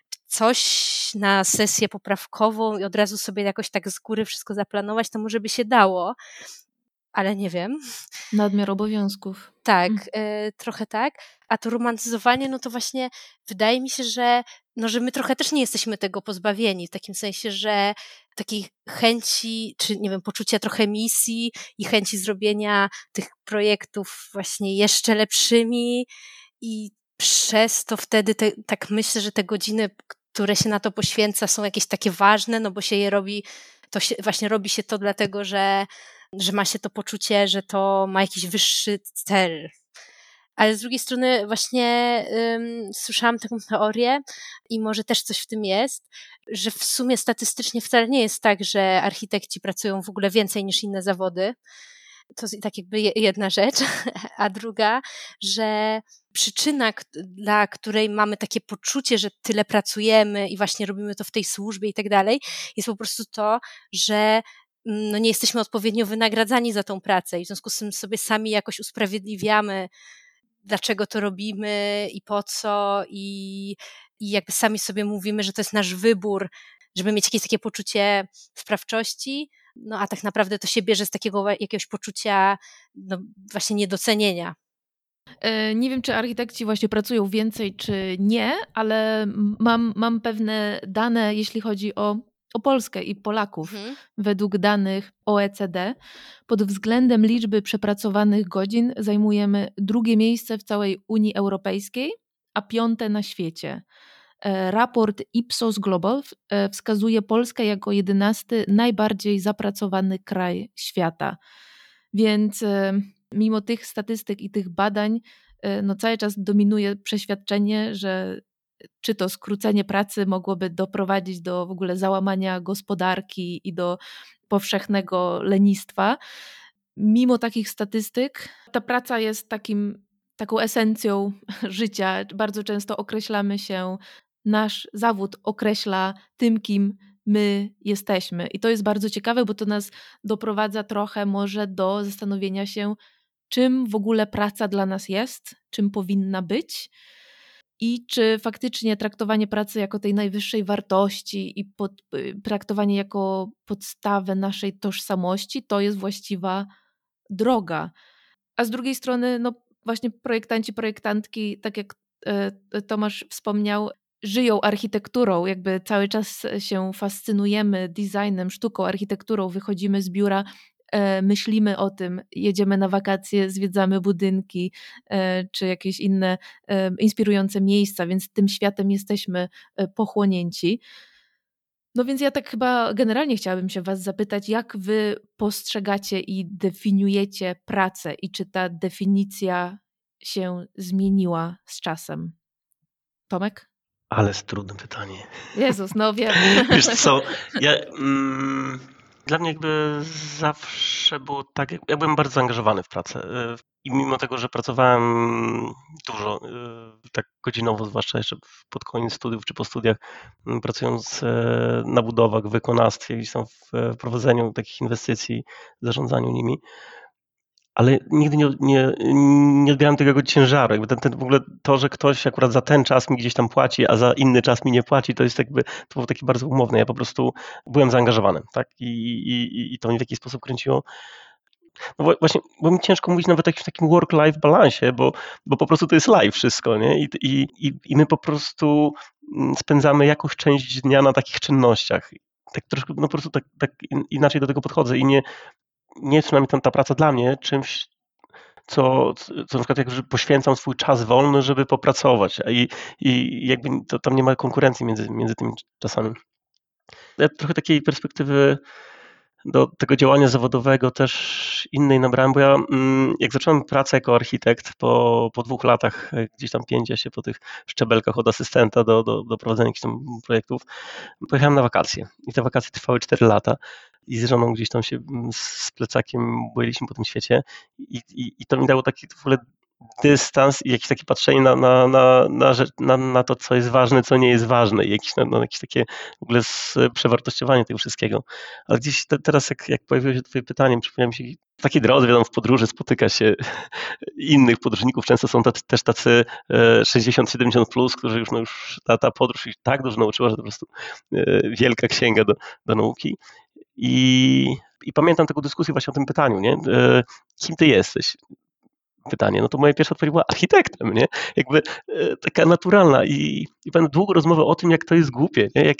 coś na sesję poprawkową i od razu sobie jakoś tak z góry wszystko zaplanować, to może by się dało, ale nie wiem. Nadmiar obowiązków. Tak, trochę tak. A to romantyzowanie, no to właśnie wydaje mi się, że my trochę też nie jesteśmy tego pozbawieni, w takim sensie, że takiej chęci, czy nie wiem, poczucia trochę misji i chęci zrobienia tych projektów właśnie jeszcze lepszymi i przez to wtedy tak myślę, że te godziny, które się na to poświęca, są jakieś takie ważne, no bo się je robi, właśnie robi się to dlatego, że ma się to poczucie, że to ma jakiś wyższy cel. Ale z drugiej strony właśnie słyszałam taką teorię i może też coś w tym jest, że w sumie statystycznie wcale nie jest tak, że architekci pracują w ogóle więcej niż inne zawody, To jest tak jakby jedna rzecz, a druga, że przyczyna, dla której mamy takie poczucie, że tyle pracujemy i właśnie robimy to w tej służbie i tak dalej, jest po prostu to, że nie jesteśmy odpowiednio wynagradzani za tą pracę i w związku z tym sobie sami jakoś usprawiedliwiamy, dlaczego to robimy i po co i jakby sami sobie mówimy, że to jest nasz wybór, żeby mieć jakieś takie poczucie sprawczości, a tak naprawdę to się bierze z takiego jakiegoś poczucia właśnie niedocenienia. Nie wiem, czy architekci właśnie pracują więcej, czy nie, ale mam pewne dane, jeśli chodzi o Polskę i Polaków. Według danych OECD pod względem liczby przepracowanych godzin zajmujemy 2. miejsce w całej Unii Europejskiej, a 5. na świecie. Raport Ipsos Global wskazuje Polskę jako 11. najbardziej zapracowany kraj świata. Więc mimo tych statystyk i tych badań cały czas dominuje przeświadczenie, że czy to skrócenie pracy mogłoby doprowadzić do w ogóle załamania gospodarki i do powszechnego lenistwa. Mimo takich statystyk ta praca jest taką esencją życia. Bardzo często określamy się, nasz zawód określa tym, kim my jesteśmy. I to jest bardzo ciekawe, bo to nas doprowadza trochę może do zastanowienia się, czym w ogóle praca dla nas jest, czym powinna być i czy faktycznie traktowanie pracy jako tej najwyższej wartości i traktowanie jako podstawę naszej tożsamości to jest właściwa droga. A z drugiej strony właśnie projektanci, projektantki, tak jak Tomasz wspomniał, żyją architekturą, jakby cały czas się fascynujemy designem, sztuką, architekturą, wychodzimy z biura, myślimy o tym, jedziemy na wakacje, zwiedzamy budynki czy jakieś inne inspirujące miejsca, więc tym światem jesteśmy pochłonięci. Więc ja tak chyba generalnie chciałabym się was zapytać, jak wy postrzegacie i definiujecie pracę i czy ta definicja się zmieniła z czasem? Tomek? Ale jest trudne pytanie. Jezus, wiem. Wiesz co, dla mnie jakby zawsze było tak, ja byłem bardzo zaangażowany w pracę i mimo tego, że pracowałem dużo, tak godzinowo, zwłaszcza jeszcze pod koniec studiów czy po studiach, pracując na budowach, w wykonawstwie, gdzieś tam w prowadzeniu takich inwestycji, zarządzaniu nimi, ale nigdy nie odbierałem tego ciężaru. Jakby w ogóle to, że ktoś akurat za ten czas mi gdzieś tam płaci, a za inny czas mi nie płaci, to jest to było takie bardzo umowne. Ja po prostu byłem zaangażowany, tak? I to mnie w jakiś sposób kręciło. Właśnie, bo mi ciężko mówić nawet o takim work-life balansie, bo po prostu to jest live wszystko, nie? I my po prostu spędzamy jakąś część dnia na takich czynnościach. Tak troszkę, po prostu tak inaczej do tego podchodzę i nie jest przynajmniej ta praca dla mnie czymś, co na przykład jakby poświęcam swój czas wolny, żeby popracować i jakby tam nie ma konkurencji między tymi czasami. Ja trochę takiej perspektywy do tego działania zawodowego też innej nabrałem, bo ja jak zacząłem pracę jako architekt po 2 latach gdzieś tam pięcia się po tych szczebelkach od asystenta do prowadzenia jakichś tam projektów, pojechałem na wakacje i te wakacje trwały 4 lata i z żoną gdzieś tam się z plecakiem błędiliśmy po tym świecie i to mi dało taki w ogóle dystans i jakieś takie patrzenie na to, co jest ważne, co nie jest ważne i jakieś takie w ogóle przewartościowanie tego wszystkiego. Ale gdzieś teraz, jak pojawiło się twoje pytanie, przypomniałem mi się, w takiej drodze, wiadomo, w podróży spotyka się innych podróżników, często są też tacy 60-70 plus, którzy już ta podróż ich tak dużo nauczyła, że to po prostu wielka księga do nauki. I pamiętam taką dyskusję właśnie o tym pytaniu, nie? Kim ty jesteś? Pytanie, to moja pierwsza odpowiedź była architektem, nie? Jakby taka naturalna i pamiętam długą rozmowę o tym, jak to jest głupie, nie?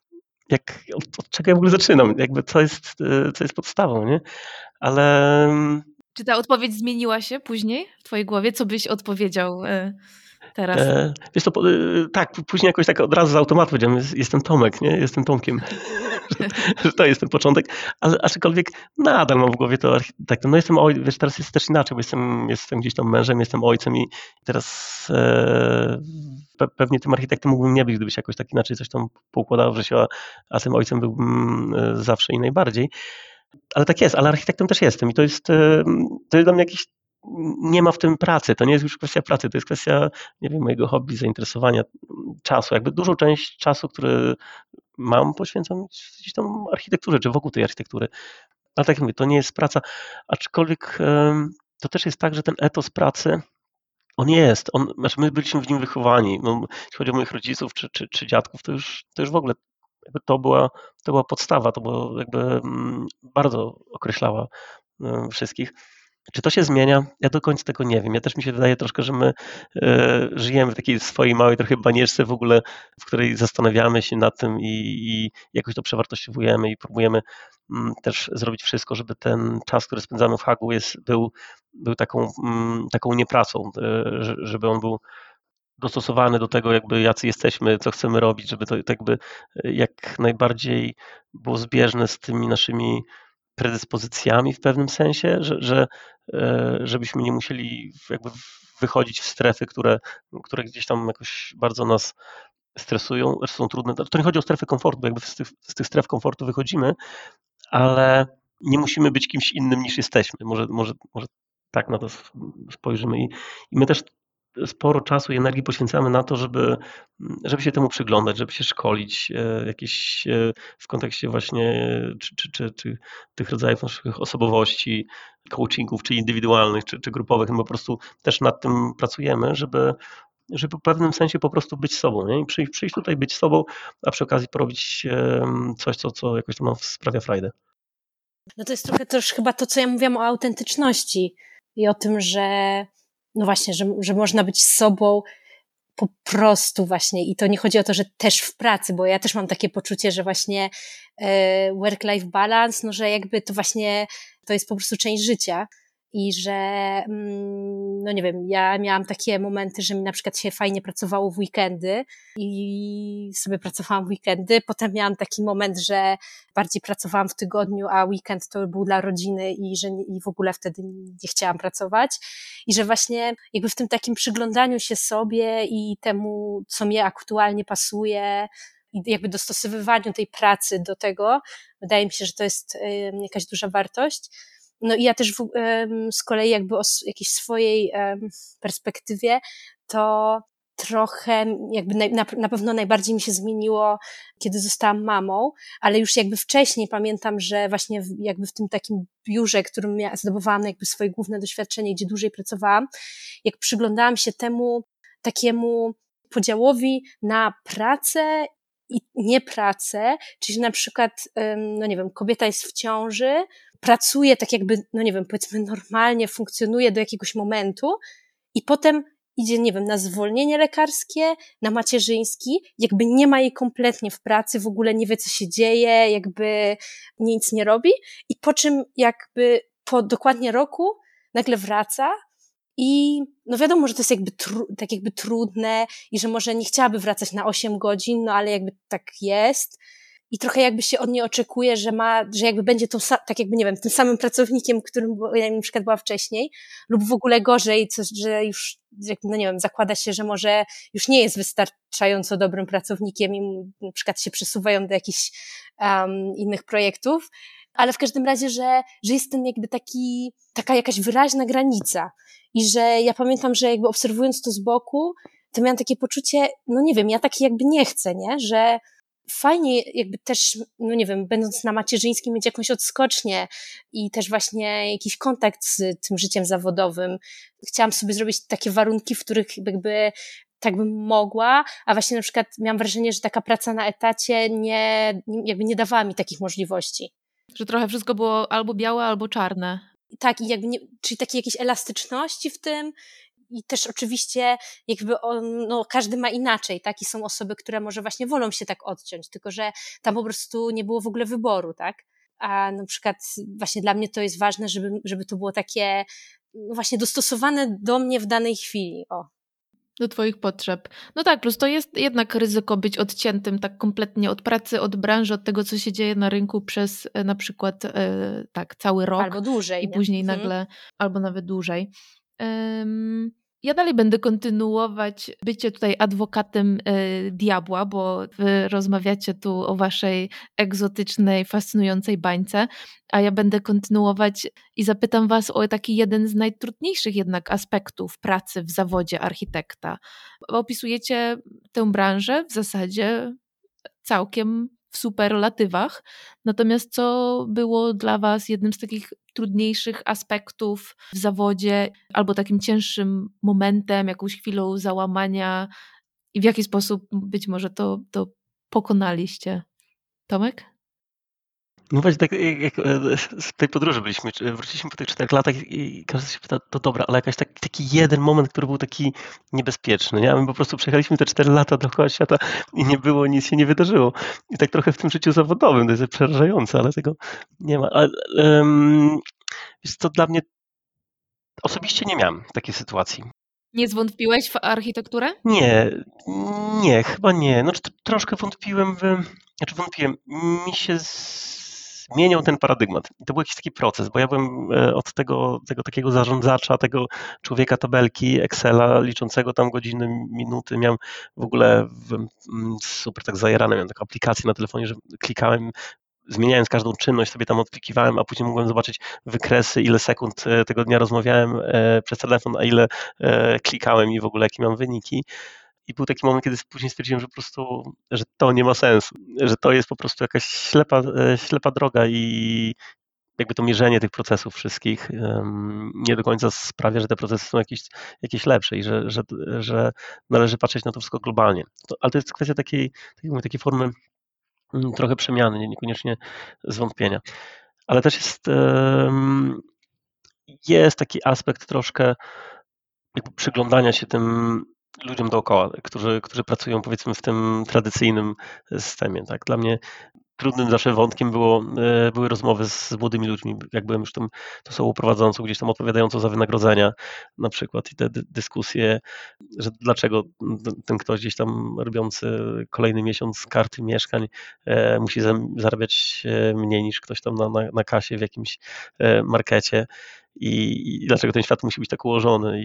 Od czego ja w ogóle zaczynam, jakby co jest podstawą, nie? Ale... Czy ta odpowiedź zmieniła się później w twojej głowie? Co byś odpowiedział teraz? Wiesz co, tak, później jakoś tak od razu z automatu powiedziałem, jestem Tomek, nie? Jestem Tomkiem. Że to jest ten początek, ale aczkolwiek nadal mam w głowie to architektem. Jestem wiesz, teraz jest też inaczej, bo jestem gdzieś tam mężem, jestem ojcem i teraz pewnie tym architektem mógłbym nie być, gdyby się jakoś tak inaczej coś tam poukładało w życiu, a tym ojcem byłbym zawsze i najbardziej. Ale tak jest, ale architektem też jestem i to jest dla mnie jakiś, nie ma w tym pracy, to nie jest już kwestia pracy, to jest kwestia, nie wiem, mojego hobby, zainteresowania, czasu, jakby dużą część czasu, który mam, poświęcam gdzieś tam architekturze, czy wokół tej architektury. Ale tak jak mówię, to nie jest praca, aczkolwiek to też jest tak, że ten etos pracy, on jest, znaczy my byliśmy w nim wychowani, no, jeśli chodzi o moich rodziców czy dziadków, to już w ogóle jakby to była podstawa, to było jakby bardzo określała wszystkich. Czy to się zmienia? Ja do końca tego nie wiem. Ja też mi się wydaje troszkę, że my żyjemy w takiej swojej małej trochę banieczce w ogóle, w której zastanawiamy się nad tym i jakoś to przewartościowujemy i próbujemy też zrobić wszystko, żeby ten czas, który spędzamy w Hagu był taką niepracą, żeby on był dostosowany do tego, jakby jacy jesteśmy, co chcemy robić, żeby to jakby jak najbardziej było zbieżne z tymi naszymi predyspozycjami w pewnym sensie, żebyśmy nie musieli jakby wychodzić w strefy, które gdzieś tam jakoś bardzo nas stresują, są trudne. To nie chodzi o strefy komfortu, bo jakby z tych stref komfortu wychodzimy, ale nie musimy być kimś innym niż jesteśmy. Może tak na to spojrzymy. I my też sporo czasu i energii poświęcamy na to, żeby się temu przyglądać, żeby się szkolić jakieś w kontekście właśnie czy tych rodzajów naszych osobowości, coachingów, czy indywidualnych, czy grupowych. My po prostu też nad tym pracujemy, żeby w pewnym sensie po prostu być sobą, nie? I przyjść tutaj, być sobą, a przy okazji porobić coś, co jakoś tam nam sprawia frajdę. No to jest trochę też chyba to, co ja mówiłam o autentyczności i o tym, że no właśnie, że można być sobą po prostu właśnie i to nie chodzi o to, że też w pracy, bo ja też mam takie poczucie, że właśnie work-life balance, no że jakby to właśnie to jest po prostu część życia i że no nie wiem, ja miałam takie momenty, że mi na przykład się fajnie pracowało w weekendy i sobie pracowałam w weekendy, potem miałam taki moment, że bardziej pracowałam w tygodniu, a weekend to był dla rodziny i w ogóle wtedy nie chciałam pracować i że właśnie jakby w tym takim przyglądaniu się sobie i temu, co mnie aktualnie pasuje i jakby dostosowywaniu tej pracy do tego, wydaje mi się, że to jest jakaś duża wartość. No i ja też z kolei jakby o jakiejś swojej perspektywie to trochę jakby na pewno najbardziej mi się zmieniło, kiedy zostałam mamą, ale już jakby wcześniej pamiętam, że właśnie jakby w tym takim biurze, którym zdobywałam jakby swoje główne doświadczenie, gdzie dłużej pracowałam, jak przyglądałam się temu takiemu podziałowi na pracę i niepracę, czyli na przykład, no nie wiem, kobieta jest w ciąży, pracuje tak jakby, no nie wiem, powiedzmy normalnie, funkcjonuje do jakiegoś momentu i potem idzie, nie wiem, na zwolnienie lekarskie, na macierzyński, jakby nie ma jej kompletnie w pracy, w ogóle nie wie, co się dzieje, jakby nic nie robi i po czym jakby po dokładnie roku nagle wraca i no wiadomo, że to jest jakby tak jakby trudne i że może nie chciałaby wracać na 8 godzin, no ale jakby tak jest. I trochę jakby się od niej oczekuje, że jakby będzie tak jakby, nie wiem, tym samym pracownikiem, którym ja na przykład była wcześniej, lub w ogóle gorzej, że już, no nie wiem, zakłada się, że może już nie jest wystarczająco dobrym pracownikiem i na przykład się przesuwają do jakichś innych projektów, ale w każdym razie, że jest ten jakby taka jakaś wyraźna granica i że ja pamiętam, że jakby obserwując to z boku, to miałam takie poczucie, no nie wiem, ja tak jakby nie chcę, nie, że fajnie jakby też, no nie wiem, będąc na macierzyńskim mieć jakąś odskocznię i też właśnie jakiś kontakt z tym życiem zawodowym. Chciałam sobie zrobić takie warunki, w których jakby tak bym mogła, a właśnie na przykład miałam wrażenie, że taka praca na etacie jakby nie dawała mi takich możliwości. Że trochę wszystko było albo białe, albo czarne. Tak, i jakby czyli takiej jakiejś elastyczności w tym i też oczywiście jakby no, każdy ma inaczej, tak? I są osoby, które może właśnie wolą się tak odciąć, tylko że tam po prostu nie było w ogóle wyboru, tak? A na przykład właśnie dla mnie to jest ważne, żeby to było takie no właśnie dostosowane do mnie w danej chwili, o. Do twoich potrzeb. No tak, plus to jest jednak ryzyko być odciętym tak kompletnie od pracy, od branży, od tego, co się dzieje na rynku przez na przykład tak cały rok. Albo dłużej. I później nagle, albo nawet dłużej. Ja dalej będę kontynuować bycie tutaj adwokatem diabła, bo wy rozmawiacie tu o waszej egzotycznej, fascynującej bańce, a ja będę kontynuować i zapytam was o taki jeden z najtrudniejszych jednak aspektów pracy w zawodzie architekta. Opisujecie tę branżę w zasadzie całkiem w superlatywach. Natomiast co było dla was jednym z takich trudniejszych aspektów w zawodzie albo takim cięższym momentem, jakąś chwilą załamania i w jaki sposób być może to pokonaliście? Tomek? No właśnie, tak jak z tej podróży wróciliśmy po tych 4 latach i każdy się pyta, to dobra, ale taki jeden moment, który był taki niebezpieczny, nie? A my po prostu przejechaliśmy te 4 lata dookoła świata i nie było, nic się nie wydarzyło. I tak trochę w tym życiu zawodowym, to jest przerażające, ale tego nie ma. Ale wiesz co, dla mnie osobiście nie miałem takiej sytuacji. Nie zwątpiłeś w architekturę? Nie, nie, chyba nie. No, troszkę wątpiłem. Mi się zmieniał ten paradygmat. I to był jakiś taki proces, bo ja byłem od tego takiego zarządzacza, tego człowieka tabelki, Excela, liczącego tam godziny, minuty. Miałem w ogóle super tak zajarane, miałem taką aplikację na telefonie, że klikałem, zmieniając każdą czynność, sobie tam odklikiwałem, a później mogłem zobaczyć wykresy, ile sekund tego dnia rozmawiałem przez telefon, a ile klikałem i w ogóle jakie mam wyniki. I był taki moment, kiedy później stwierdziłem, że po prostu, że to nie ma sensu, że to jest po prostu jakaś ślepa droga i jakby to mierzenie tych procesów wszystkich nie do końca sprawia, że te procesy są jakieś lepsze i że należy patrzeć na to wszystko globalnie. Ale to jest kwestia takiej formy trochę przemiany, niekoniecznie zwątpienia. Ale też jest taki aspekt troszkę jakby przyglądania się tym ludziom dookoła, którzy pracują powiedzmy w tym tradycyjnym systemie. Tak? Dla mnie trudnym zawsze wątkiem były rozmowy z młodymi ludźmi, jak byłem już tą osobą prowadzącą, gdzieś tam odpowiadającą za wynagrodzenia na przykład i te dyskusje, że dlaczego ten ktoś gdzieś tam robiący kolejny miesiąc karty mieszkań musi zarabiać mniej niż ktoś tam na kasie w jakimś markecie i dlaczego ten świat musi być tak ułożony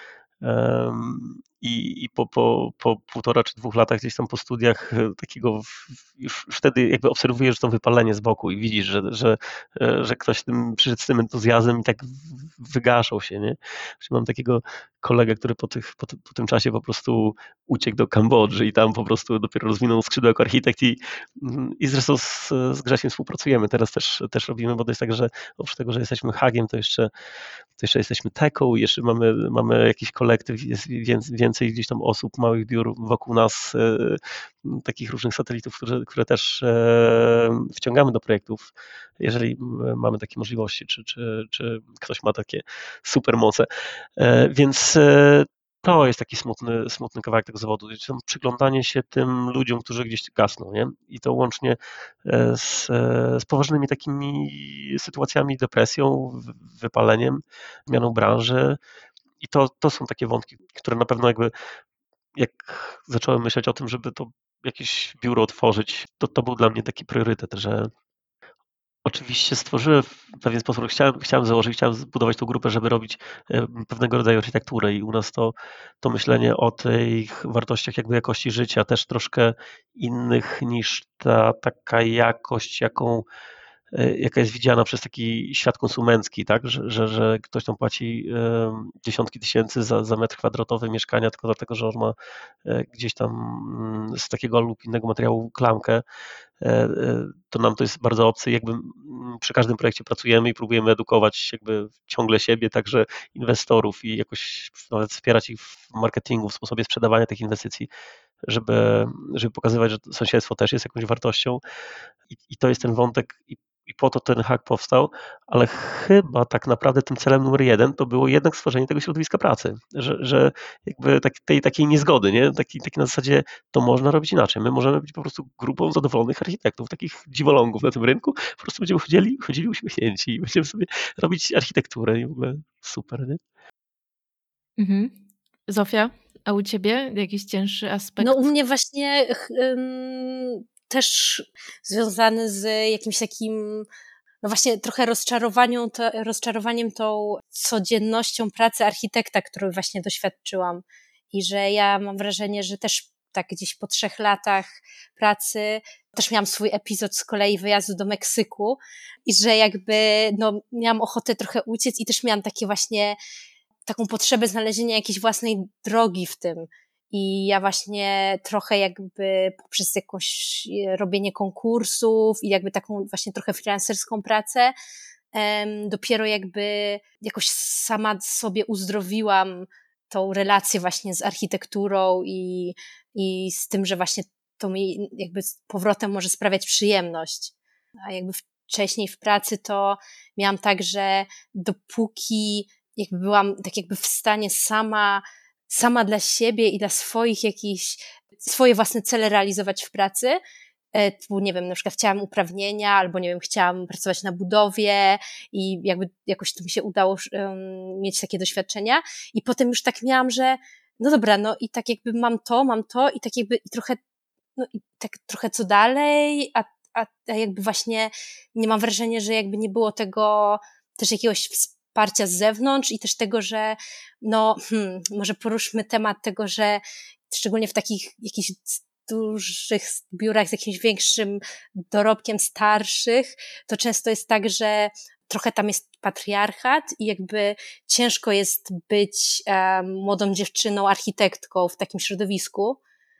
i po 1,5 czy 2 latach gdzieś tam po studiach takiego już wtedy jakby obserwujesz to wypalenie z boku i widzisz, że ktoś przyszedł z tym entuzjazmem i tak wygaszał się, nie? Mam takiego kolegę, który po tym czasie po prostu uciekł do Kambodży i tam po prostu dopiero rozwinął skrzydła jako architekt i zresztą z Grzesiem współpracujemy. Teraz też robimy, bo to jest tak, że oprócz tego, że jesteśmy Hagiem, to jeszcze jesteśmy Teką i jeszcze mamy jakiś kolektyw, jest więcej gdzieś tam osób, małych biur wokół nas, takich różnych satelitów, które też wciągamy do projektów, jeżeli mamy takie możliwości, czy ktoś ma takie supermoce. Więc to jest taki smutny kawałek tego zawodu. Przyglądanie się tym ludziom, którzy gdzieś gasną, nie? I to łącznie z poważnymi takimi sytuacjami, depresją, wypaleniem, zmianą branży. I to są takie wątki, które na pewno jakby jak zacząłem myśleć o tym, żeby to jakieś biuro otworzyć, to był dla mnie taki priorytet, że oczywiście stworzyłem w pewien sposób, chciałem zbudować tą grupę, żeby robić pewnego rodzaju architekturę i u nas to myślenie o tych wartościach jakby jakości życia też troszkę innych niż ta taka jakość, jaka jest widziana przez taki świat konsumencki, tak? Że ktoś tam płaci dziesiątki tysięcy za metr kwadratowy mieszkania tylko dlatego, że on ma gdzieś tam z takiego lub innego materiału klamkę, to nam to jest bardzo obce. Jakby przy każdym projekcie pracujemy i próbujemy edukować jakby ciągle siebie, także inwestorów i jakoś nawet wspierać ich w marketingu, w sposobie sprzedawania tych inwestycji, żeby pokazywać, że sąsiedztwo też jest jakąś wartością i to jest ten wątek i po to ten hak powstał, ale chyba tak naprawdę tym celem numer 1 to było jednak stworzenie tego środowiska pracy, że jakby tej takiej niezgody, nie? Taki na zasadzie to można robić inaczej. My możemy być po prostu grupą zadowolonych architektów, takich dziwolągów na tym rynku, po prostu będziemy chodzili uśmiechnięci i będziemy sobie robić architekturę i w ogóle super, nie? Mhm. Zofia, a u ciebie jakiś cięższy aspekt? No u mnie właśnie też związany z jakimś takim no właśnie trochę rozczarowaniem tą codziennością pracy architekta, której właśnie doświadczyłam. I że ja mam wrażenie, że też tak gdzieś po 3 latach pracy też miałam swój epizod z kolei wyjazdu do Meksyku i że jakby no, miałam ochotę trochę uciec i też miałam takie właśnie taką potrzebę znalezienia jakiejś własnej drogi w tym. I ja właśnie trochę jakby poprzez jakąś robienie konkursów i jakby taką właśnie trochę freelancerską pracę dopiero jakby jakoś sama sobie uzdrowiłam tą relację właśnie z architekturą i z tym, że właśnie to mi jakby z powrotem może sprawiać przyjemność. A jakby wcześniej w pracy to miałam tak, że dopóki jakby byłam tak jakby w stanie sama dla siebie i dla swoje własne cele realizować w pracy, nie wiem, na przykład chciałam uprawnienia, albo nie wiem, chciałam pracować na budowie i jakby jakoś to mi się udało mieć takie doświadczenia i potem już tak miałam, że no dobra, no i tak jakby mam to i tak jakby i tak trochę co dalej, a jakby właśnie nie mam wrażenia, że jakby nie było tego też jakiegoś wsparcia z zewnątrz i też tego, że może poruszmy temat tego, że szczególnie w takich jakichś dużych biurach z jakimś większym dorobkiem starszych, to często jest tak, że trochę tam jest patriarchat i jakby ciężko jest być młodą dziewczyną, architektką w takim środowisku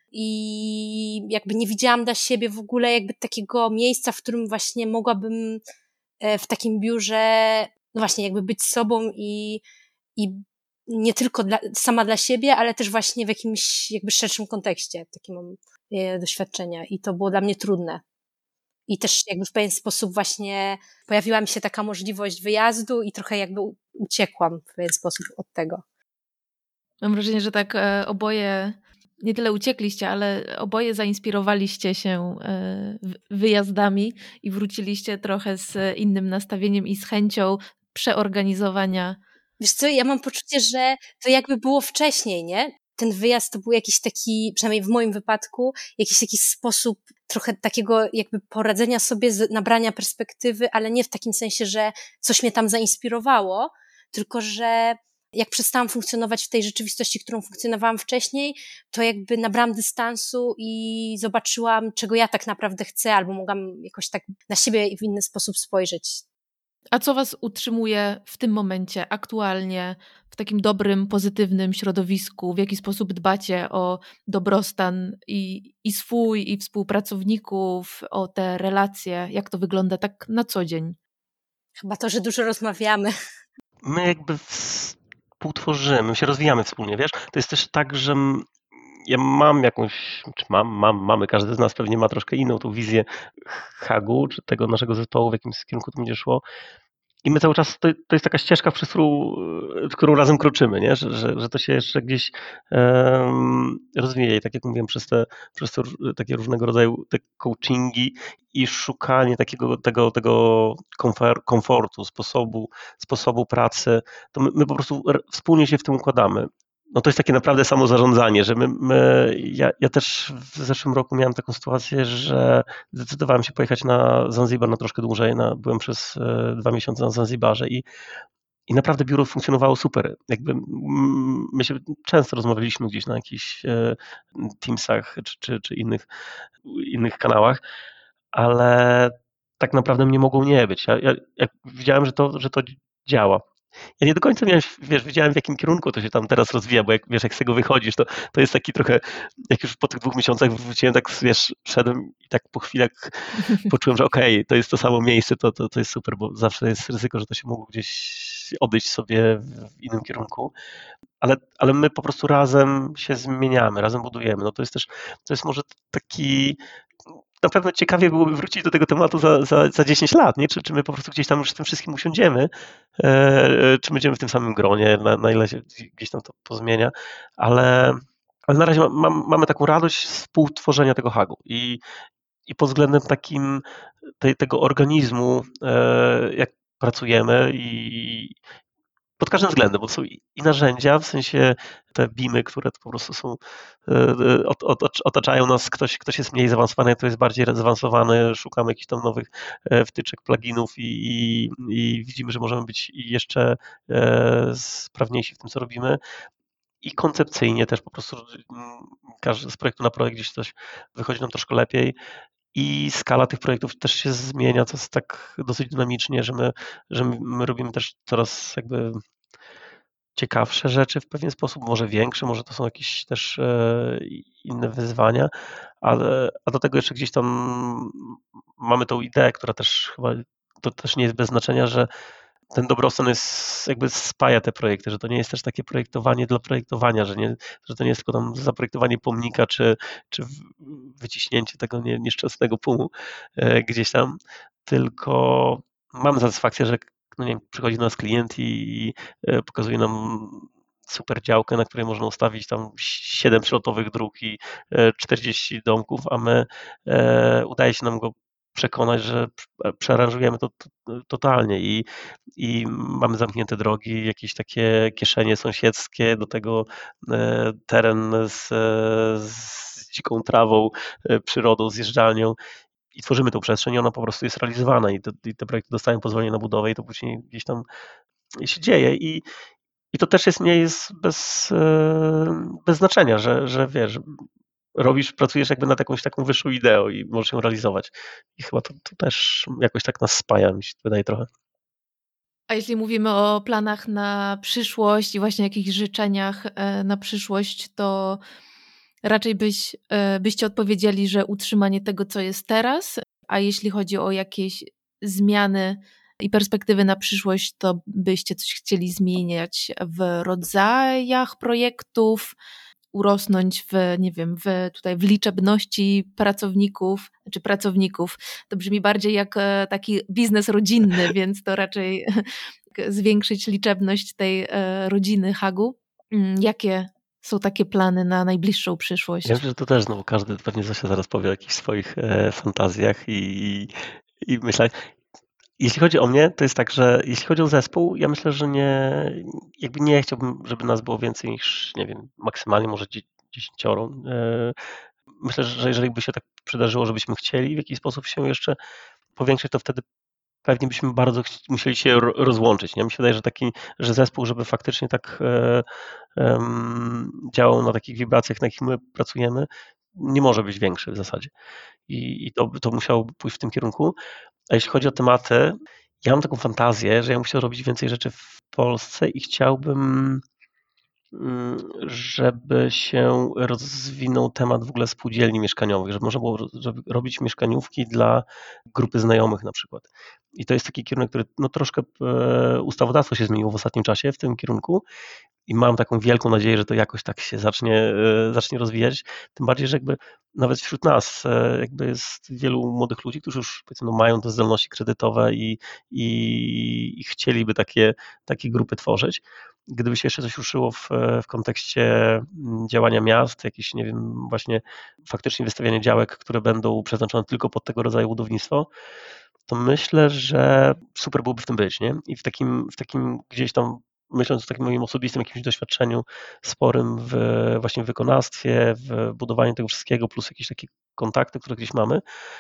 i jakby nie widziałam dla siebie w ogóle jakby takiego miejsca, w którym właśnie mogłabym w takim biurze no właśnie jakby być sobą i nie tylko sama dla siebie, ale też właśnie w jakimś jakby szerszym kontekście. Takie mam doświadczenia i to było dla mnie trudne. I też jakby w pewien sposób właśnie pojawiła mi się taka możliwość wyjazdu i trochę jakby uciekłam w pewien sposób od tego. Mam wrażenie, że tak oboje nie tyle uciekliście, ale oboje zainspirowaliście się wyjazdami i wróciliście trochę z innym nastawieniem i z chęcią przeorganizowania. Wiesz co, ja mam poczucie, że to jakby było wcześniej, nie? Ten wyjazd to był jakiś taki, przynajmniej w moim wypadku, jakiś taki sposób trochę takiego jakby poradzenia sobie, nabrania perspektywy, ale nie w takim sensie, że coś mnie tam zainspirowało, tylko że jak przestałam funkcjonować w tej rzeczywistości, którą funkcjonowałam wcześniej, to jakby nabrałam dystansu i zobaczyłam, czego ja tak naprawdę chcę, albo mogłam jakoś tak na siebie w inny sposób spojrzeć. A co was utrzymuje w tym momencie, aktualnie, w takim dobrym, pozytywnym środowisku? W jaki sposób dbacie o dobrostan i swój, i współpracowników, o te relacje? Jak to wygląda tak na co dzień? Chyba to, że dużo rozmawiamy. My jakby współtworzymy, my się rozwijamy wspólnie, wiesz? To jest też tak, że ja mam jakąś, czy mamy, każdy z nas pewnie ma troszkę inną tą wizję Hagu, czy tego naszego zespołu, w jakim kierunku to będzie szło. I my cały czas, to jest taka ścieżka, przez którą razem kroczymy, nie? Że to się jeszcze gdzieś rozwija. I tak jak mówiłem, przez te takie różnego rodzaju te coachingi i szukanie tego komfortu, sposobu pracy, to my po prostu wspólnie się w tym układamy. No to jest takie naprawdę samozarządzanie, że ja też w zeszłym roku miałem taką sytuację, że zdecydowałem się pojechać na Zanzibar na troszkę dłużej. Byłem przez 2 miesiące na Zanzibarze i naprawdę biuro funkcjonowało super. Jakby my się często rozmawialiśmy gdzieś na jakichś Teamsach czy innych kanałach, ale tak naprawdę mnie mogło nie być. Ja widziałem, że to działa. Ja nie do końca wiedziałem w jakim kierunku to się tam teraz rozwija, bo jak z tego wychodzisz, to jest taki trochę, jak już po tych 2 miesiącach wróciłem, tak szedłem i tak po chwilach poczułem, że okej, to jest to samo miejsce, to jest super, bo zawsze jest ryzyko, że to się mogło gdzieś odejść sobie w innym kierunku, ale my po prostu razem się zmieniamy, razem budujemy. No to jest może taki. Na pewno ciekawie byłoby wrócić do tego tematu za 10 lat, nie? Czy my po prostu gdzieś tam już z tym wszystkim usiądziemy, czy będziemy w tym samym gronie, na ile się gdzieś tam to pozmienia, ale na razie mamy taką radość współtworzenia tego Hagu i pod względem takim tego organizmu, jak pracujemy i pod każdym względem, bo są i narzędzia, w sensie te BIM-y, które po prostu są, otaczają nas, ktoś jest mniej zaawansowany, ktoś jest bardziej zaawansowany, szukamy jakichś tam nowych wtyczek, pluginów i widzimy, że możemy być jeszcze sprawniejsi w tym, co robimy. I koncepcyjnie też po prostu z projektu na projekt gdzieś coś wychodzi nam troszkę lepiej. I skala tych projektów też się zmienia, to jest tak dosyć dynamicznie, że my robimy też coraz jakby ciekawsze rzeczy w pewien sposób, może większe, może to są jakieś też inne wyzwania, a do tego jeszcze gdzieś tam mamy tą ideę, która też chyba, to też nie jest bez znaczenia, że ten dobrostan jest, jakby spaja te projekty, że to nie jest też takie projektowanie dla projektowania, że to nie jest tylko tam zaprojektowanie pomnika, czy wyciśnięcie tego nieszczęsnego pumu gdzieś tam, tylko mamy satysfakcję, że no nie wiem, przychodzi do nas klient i pokazuje nam super działkę, na której można ustawić tam 7 przelotowych dróg i 40 domków, a my udaje się nam go przekonać, że przearanżujemy to totalnie i mamy zamknięte drogi, jakieś takie kieszenie sąsiedzkie, do tego teren z dziką trawą, przyrodą, zjeżdżalnią i tworzymy tą przestrzeń i ona po prostu jest realizowana i te projekty dostają pozwolenie na budowę i to później gdzieś tam się dzieje i to też nie jest bez znaczenia, że wiesz, pracujesz jakby nad jakąś taką wyższą ideą i możesz ją realizować. I chyba to też jakoś tak nas spaja, mi się wydaje trochę. A jeśli mówimy o planach na przyszłość i właśnie jakichś życzeniach na przyszłość, to raczej byście odpowiedzieli, że utrzymanie tego, co jest teraz, a jeśli chodzi o jakieś zmiany i perspektywy na przyszłość, to byście coś chcieli zmieniać w rodzajach projektów, urosnąć w liczebności pracowników. To brzmi bardziej jak taki biznes rodzinny, więc to raczej zwiększyć liczebność tej rodziny Hagu. Jakie są takie plany na najbliższą przyszłość? Ja myślę, że to też znowu każdy pewnie Zosia zaraz powie o jakichś swoich fantazjach i myślach. Jeśli chodzi o mnie, to jest tak, że jeśli chodzi o zespół, ja myślę, że nie chciałbym, żeby nas było więcej niż, nie wiem, maksymalnie może 10. Myślę, że jeżeli by się tak przydarzyło, żebyśmy chcieli w jakiś sposób się jeszcze powiększyć, to wtedy pewnie byśmy bardzo musieli się rozłączyć. Nie? Mi się wydaje, że zespół, żeby faktycznie tak działał na takich wibracjach, na jakich my pracujemy, nie może być większy w zasadzie. I to musiało pójść w tym kierunku. A jeśli chodzi o tematy, ja mam taką fantazję, że ja bym chciał robić więcej rzeczy w Polsce i chciałbym, żeby się rozwinął temat w ogóle spółdzielni mieszkaniowych, żeby można było robić mieszkaniówki dla grupy znajomych na przykład. I to jest taki kierunek, który no troszkę ustawodawstwo się zmieniło w ostatnim czasie w tym kierunku i mam taką wielką nadzieję, że to jakoś tak się zacznie rozwijać. Tym bardziej, że jakby nawet wśród nas jakby jest wielu młodych ludzi, którzy już powiedzmy, no, mają te zdolności kredytowe i chcieliby takie grupy tworzyć. Gdyby się jeszcze coś ruszyło w kontekście działania miast, jakieś, nie wiem, właśnie faktycznie wystawianie działek, które będą przeznaczone tylko pod tego rodzaju budownictwo, to myślę, że super byłoby w tym być, nie? I w takim gdzieś tam, myśląc o takim moim osobistym jakimś doświadczeniu sporym właśnie w wykonawstwie, w budowaniu tego wszystkiego, plus jakieś takie kontakty, które gdzieś mamy,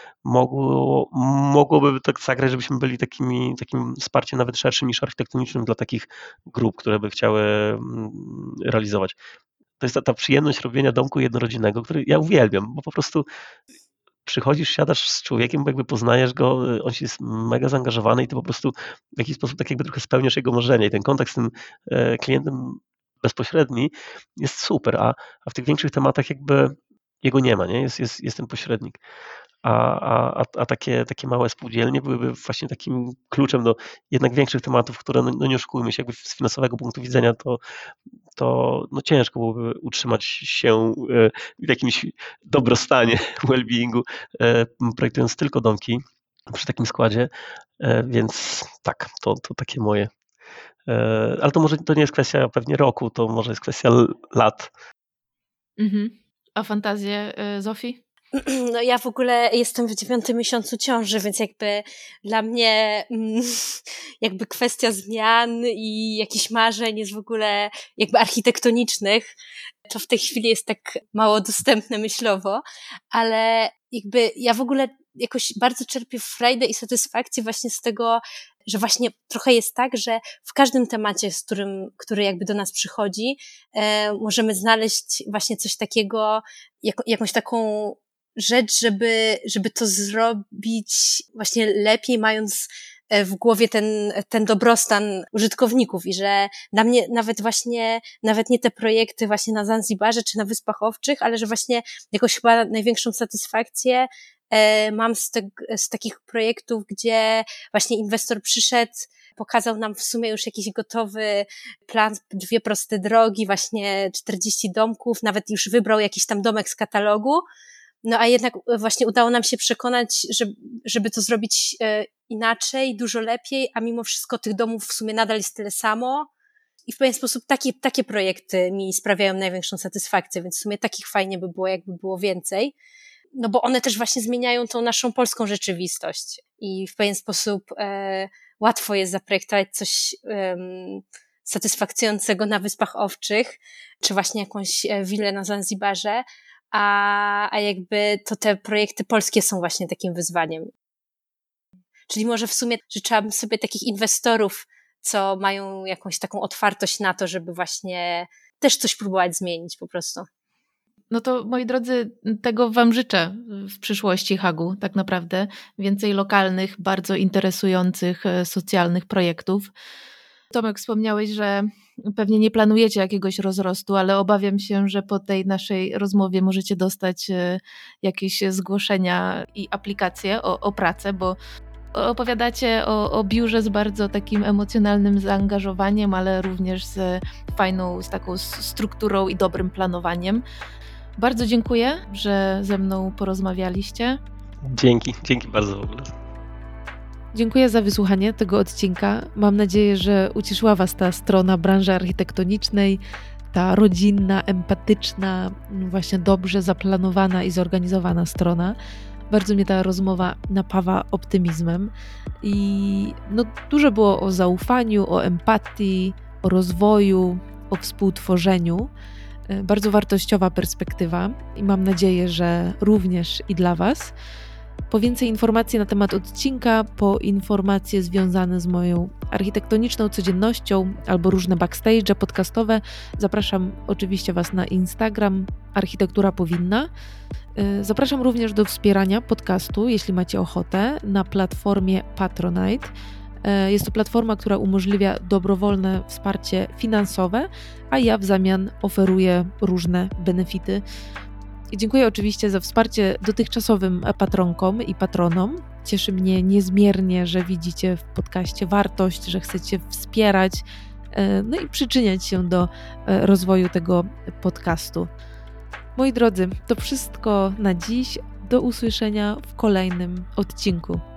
mogłoby tak zagrać, żebyśmy byli takim wsparciem nawet szerszym niż architektonicznym dla takich grup, które by chciały realizować. To jest ta przyjemność robienia domku jednorodzinnego, który ja uwielbiam, bo po prostu przychodzisz, siadasz z człowiekiem, bo jakby poznajesz go, on się jest mega zaangażowany i ty po prostu w jakiś sposób tak jakby trochę spełniasz jego marzenie i ten kontakt z tym klientem bezpośredni jest super, a w tych większych tematach jakby jego nie ma, nie? Jest ten pośrednik. A takie małe spółdzielnie byłyby właśnie takim kluczem do jednak większych tematów, które, no nie oszukujmy się, jakby z finansowego punktu widzenia to no ciężko byłoby utrzymać się w jakimś dobrostanie, well-beingu, projektując tylko domki przy takim składzie, więc tak, to takie moje. Ale to może to nie jest kwestia pewnie roku, to może jest kwestia lat. A fantazje Zofii? No ja w ogóle jestem w 9. miesiącu ciąży, więc jakby dla mnie jakby kwestia zmian i jakichś marzeń jest w ogóle jakby architektonicznych, to w tej chwili jest tak mało dostępne myślowo, ale jakby ja w ogóle jakoś bardzo czerpię frajdę i satysfakcję właśnie z tego, że właśnie trochę jest tak, że w każdym temacie, który jakby do nas przychodzi, możemy znaleźć właśnie coś takiego, jakąś taką rzecz, żeby to zrobić właśnie lepiej, mając w głowie ten dobrostan użytkowników i że dla mnie nawet nie te projekty właśnie na Zanzibarze czy na Wyspach Owczych, ale że właśnie jakoś chyba największą satysfakcję mam z takich projektów, gdzie właśnie inwestor przyszedł, pokazał nam w sumie już jakiś gotowy plan, 2 proste drogi, właśnie 40 domków, nawet już wybrał jakiś tam domek z katalogu, no a jednak właśnie udało nam się przekonać, żeby to zrobić inaczej, dużo lepiej, a mimo wszystko tych domów w sumie nadal jest tyle samo i w pewien sposób takie projekty mi sprawiają największą satysfakcję, więc w sumie takich fajnie by było, jakby było więcej. No bo one też właśnie zmieniają tą naszą polską rzeczywistość i w pewien sposób łatwo jest zaprojektować coś satysfakcjonującego na Wyspach Owczych, czy właśnie jakąś willę na Zanzibarze, a jakby to te projekty polskie są właśnie takim wyzwaniem. Czyli może w sumie życzałabym sobie takich inwestorów, co mają jakąś taką otwartość na to, żeby właśnie też coś próbować zmienić po prostu. No to moi drodzy, tego wam życzę w przyszłości Hagu, tak naprawdę. Więcej lokalnych, bardzo interesujących, socjalnych projektów. Tomek, wspomniałeś, że pewnie nie planujecie jakiegoś rozrostu, ale obawiam się, że po tej naszej rozmowie możecie dostać jakieś zgłoszenia i aplikacje o pracę, bo opowiadacie o biurze z bardzo takim emocjonalnym zaangażowaniem, ale również z taką strukturą i dobrym planowaniem. Bardzo dziękuję, że ze mną porozmawialiście. Dzięki bardzo w ogóle. Dziękuję za wysłuchanie tego odcinka. Mam nadzieję, że ucieszyła Was ta strona branży architektonicznej, ta rodzinna, empatyczna, właśnie dobrze zaplanowana i zorganizowana strona. Bardzo mnie ta rozmowa napawa optymizmem i dużo było o zaufaniu, o empatii, o rozwoju, o współtworzeniu. Bardzo wartościowa perspektywa i mam nadzieję, że również i dla Was. Po więcej informacji na temat odcinka, po informacje związane z moją architektoniczną codziennością albo różne backstage podcastowe, zapraszam oczywiście Was na Instagram Architektura Powinna. Zapraszam również do wspierania podcastu, jeśli macie ochotę, na platformie Patronite. Jest to platforma, która umożliwia dobrowolne wsparcie finansowe, a ja w zamian oferuję różne benefity. I dziękuję oczywiście za wsparcie dotychczasowym patronkom i patronom. Cieszy mnie niezmiernie, że widzicie w podcaście wartość, że chcecie wspierać, i przyczyniać się do rozwoju tego podcastu. Moi drodzy, to wszystko na dziś. Do usłyszenia w kolejnym odcinku.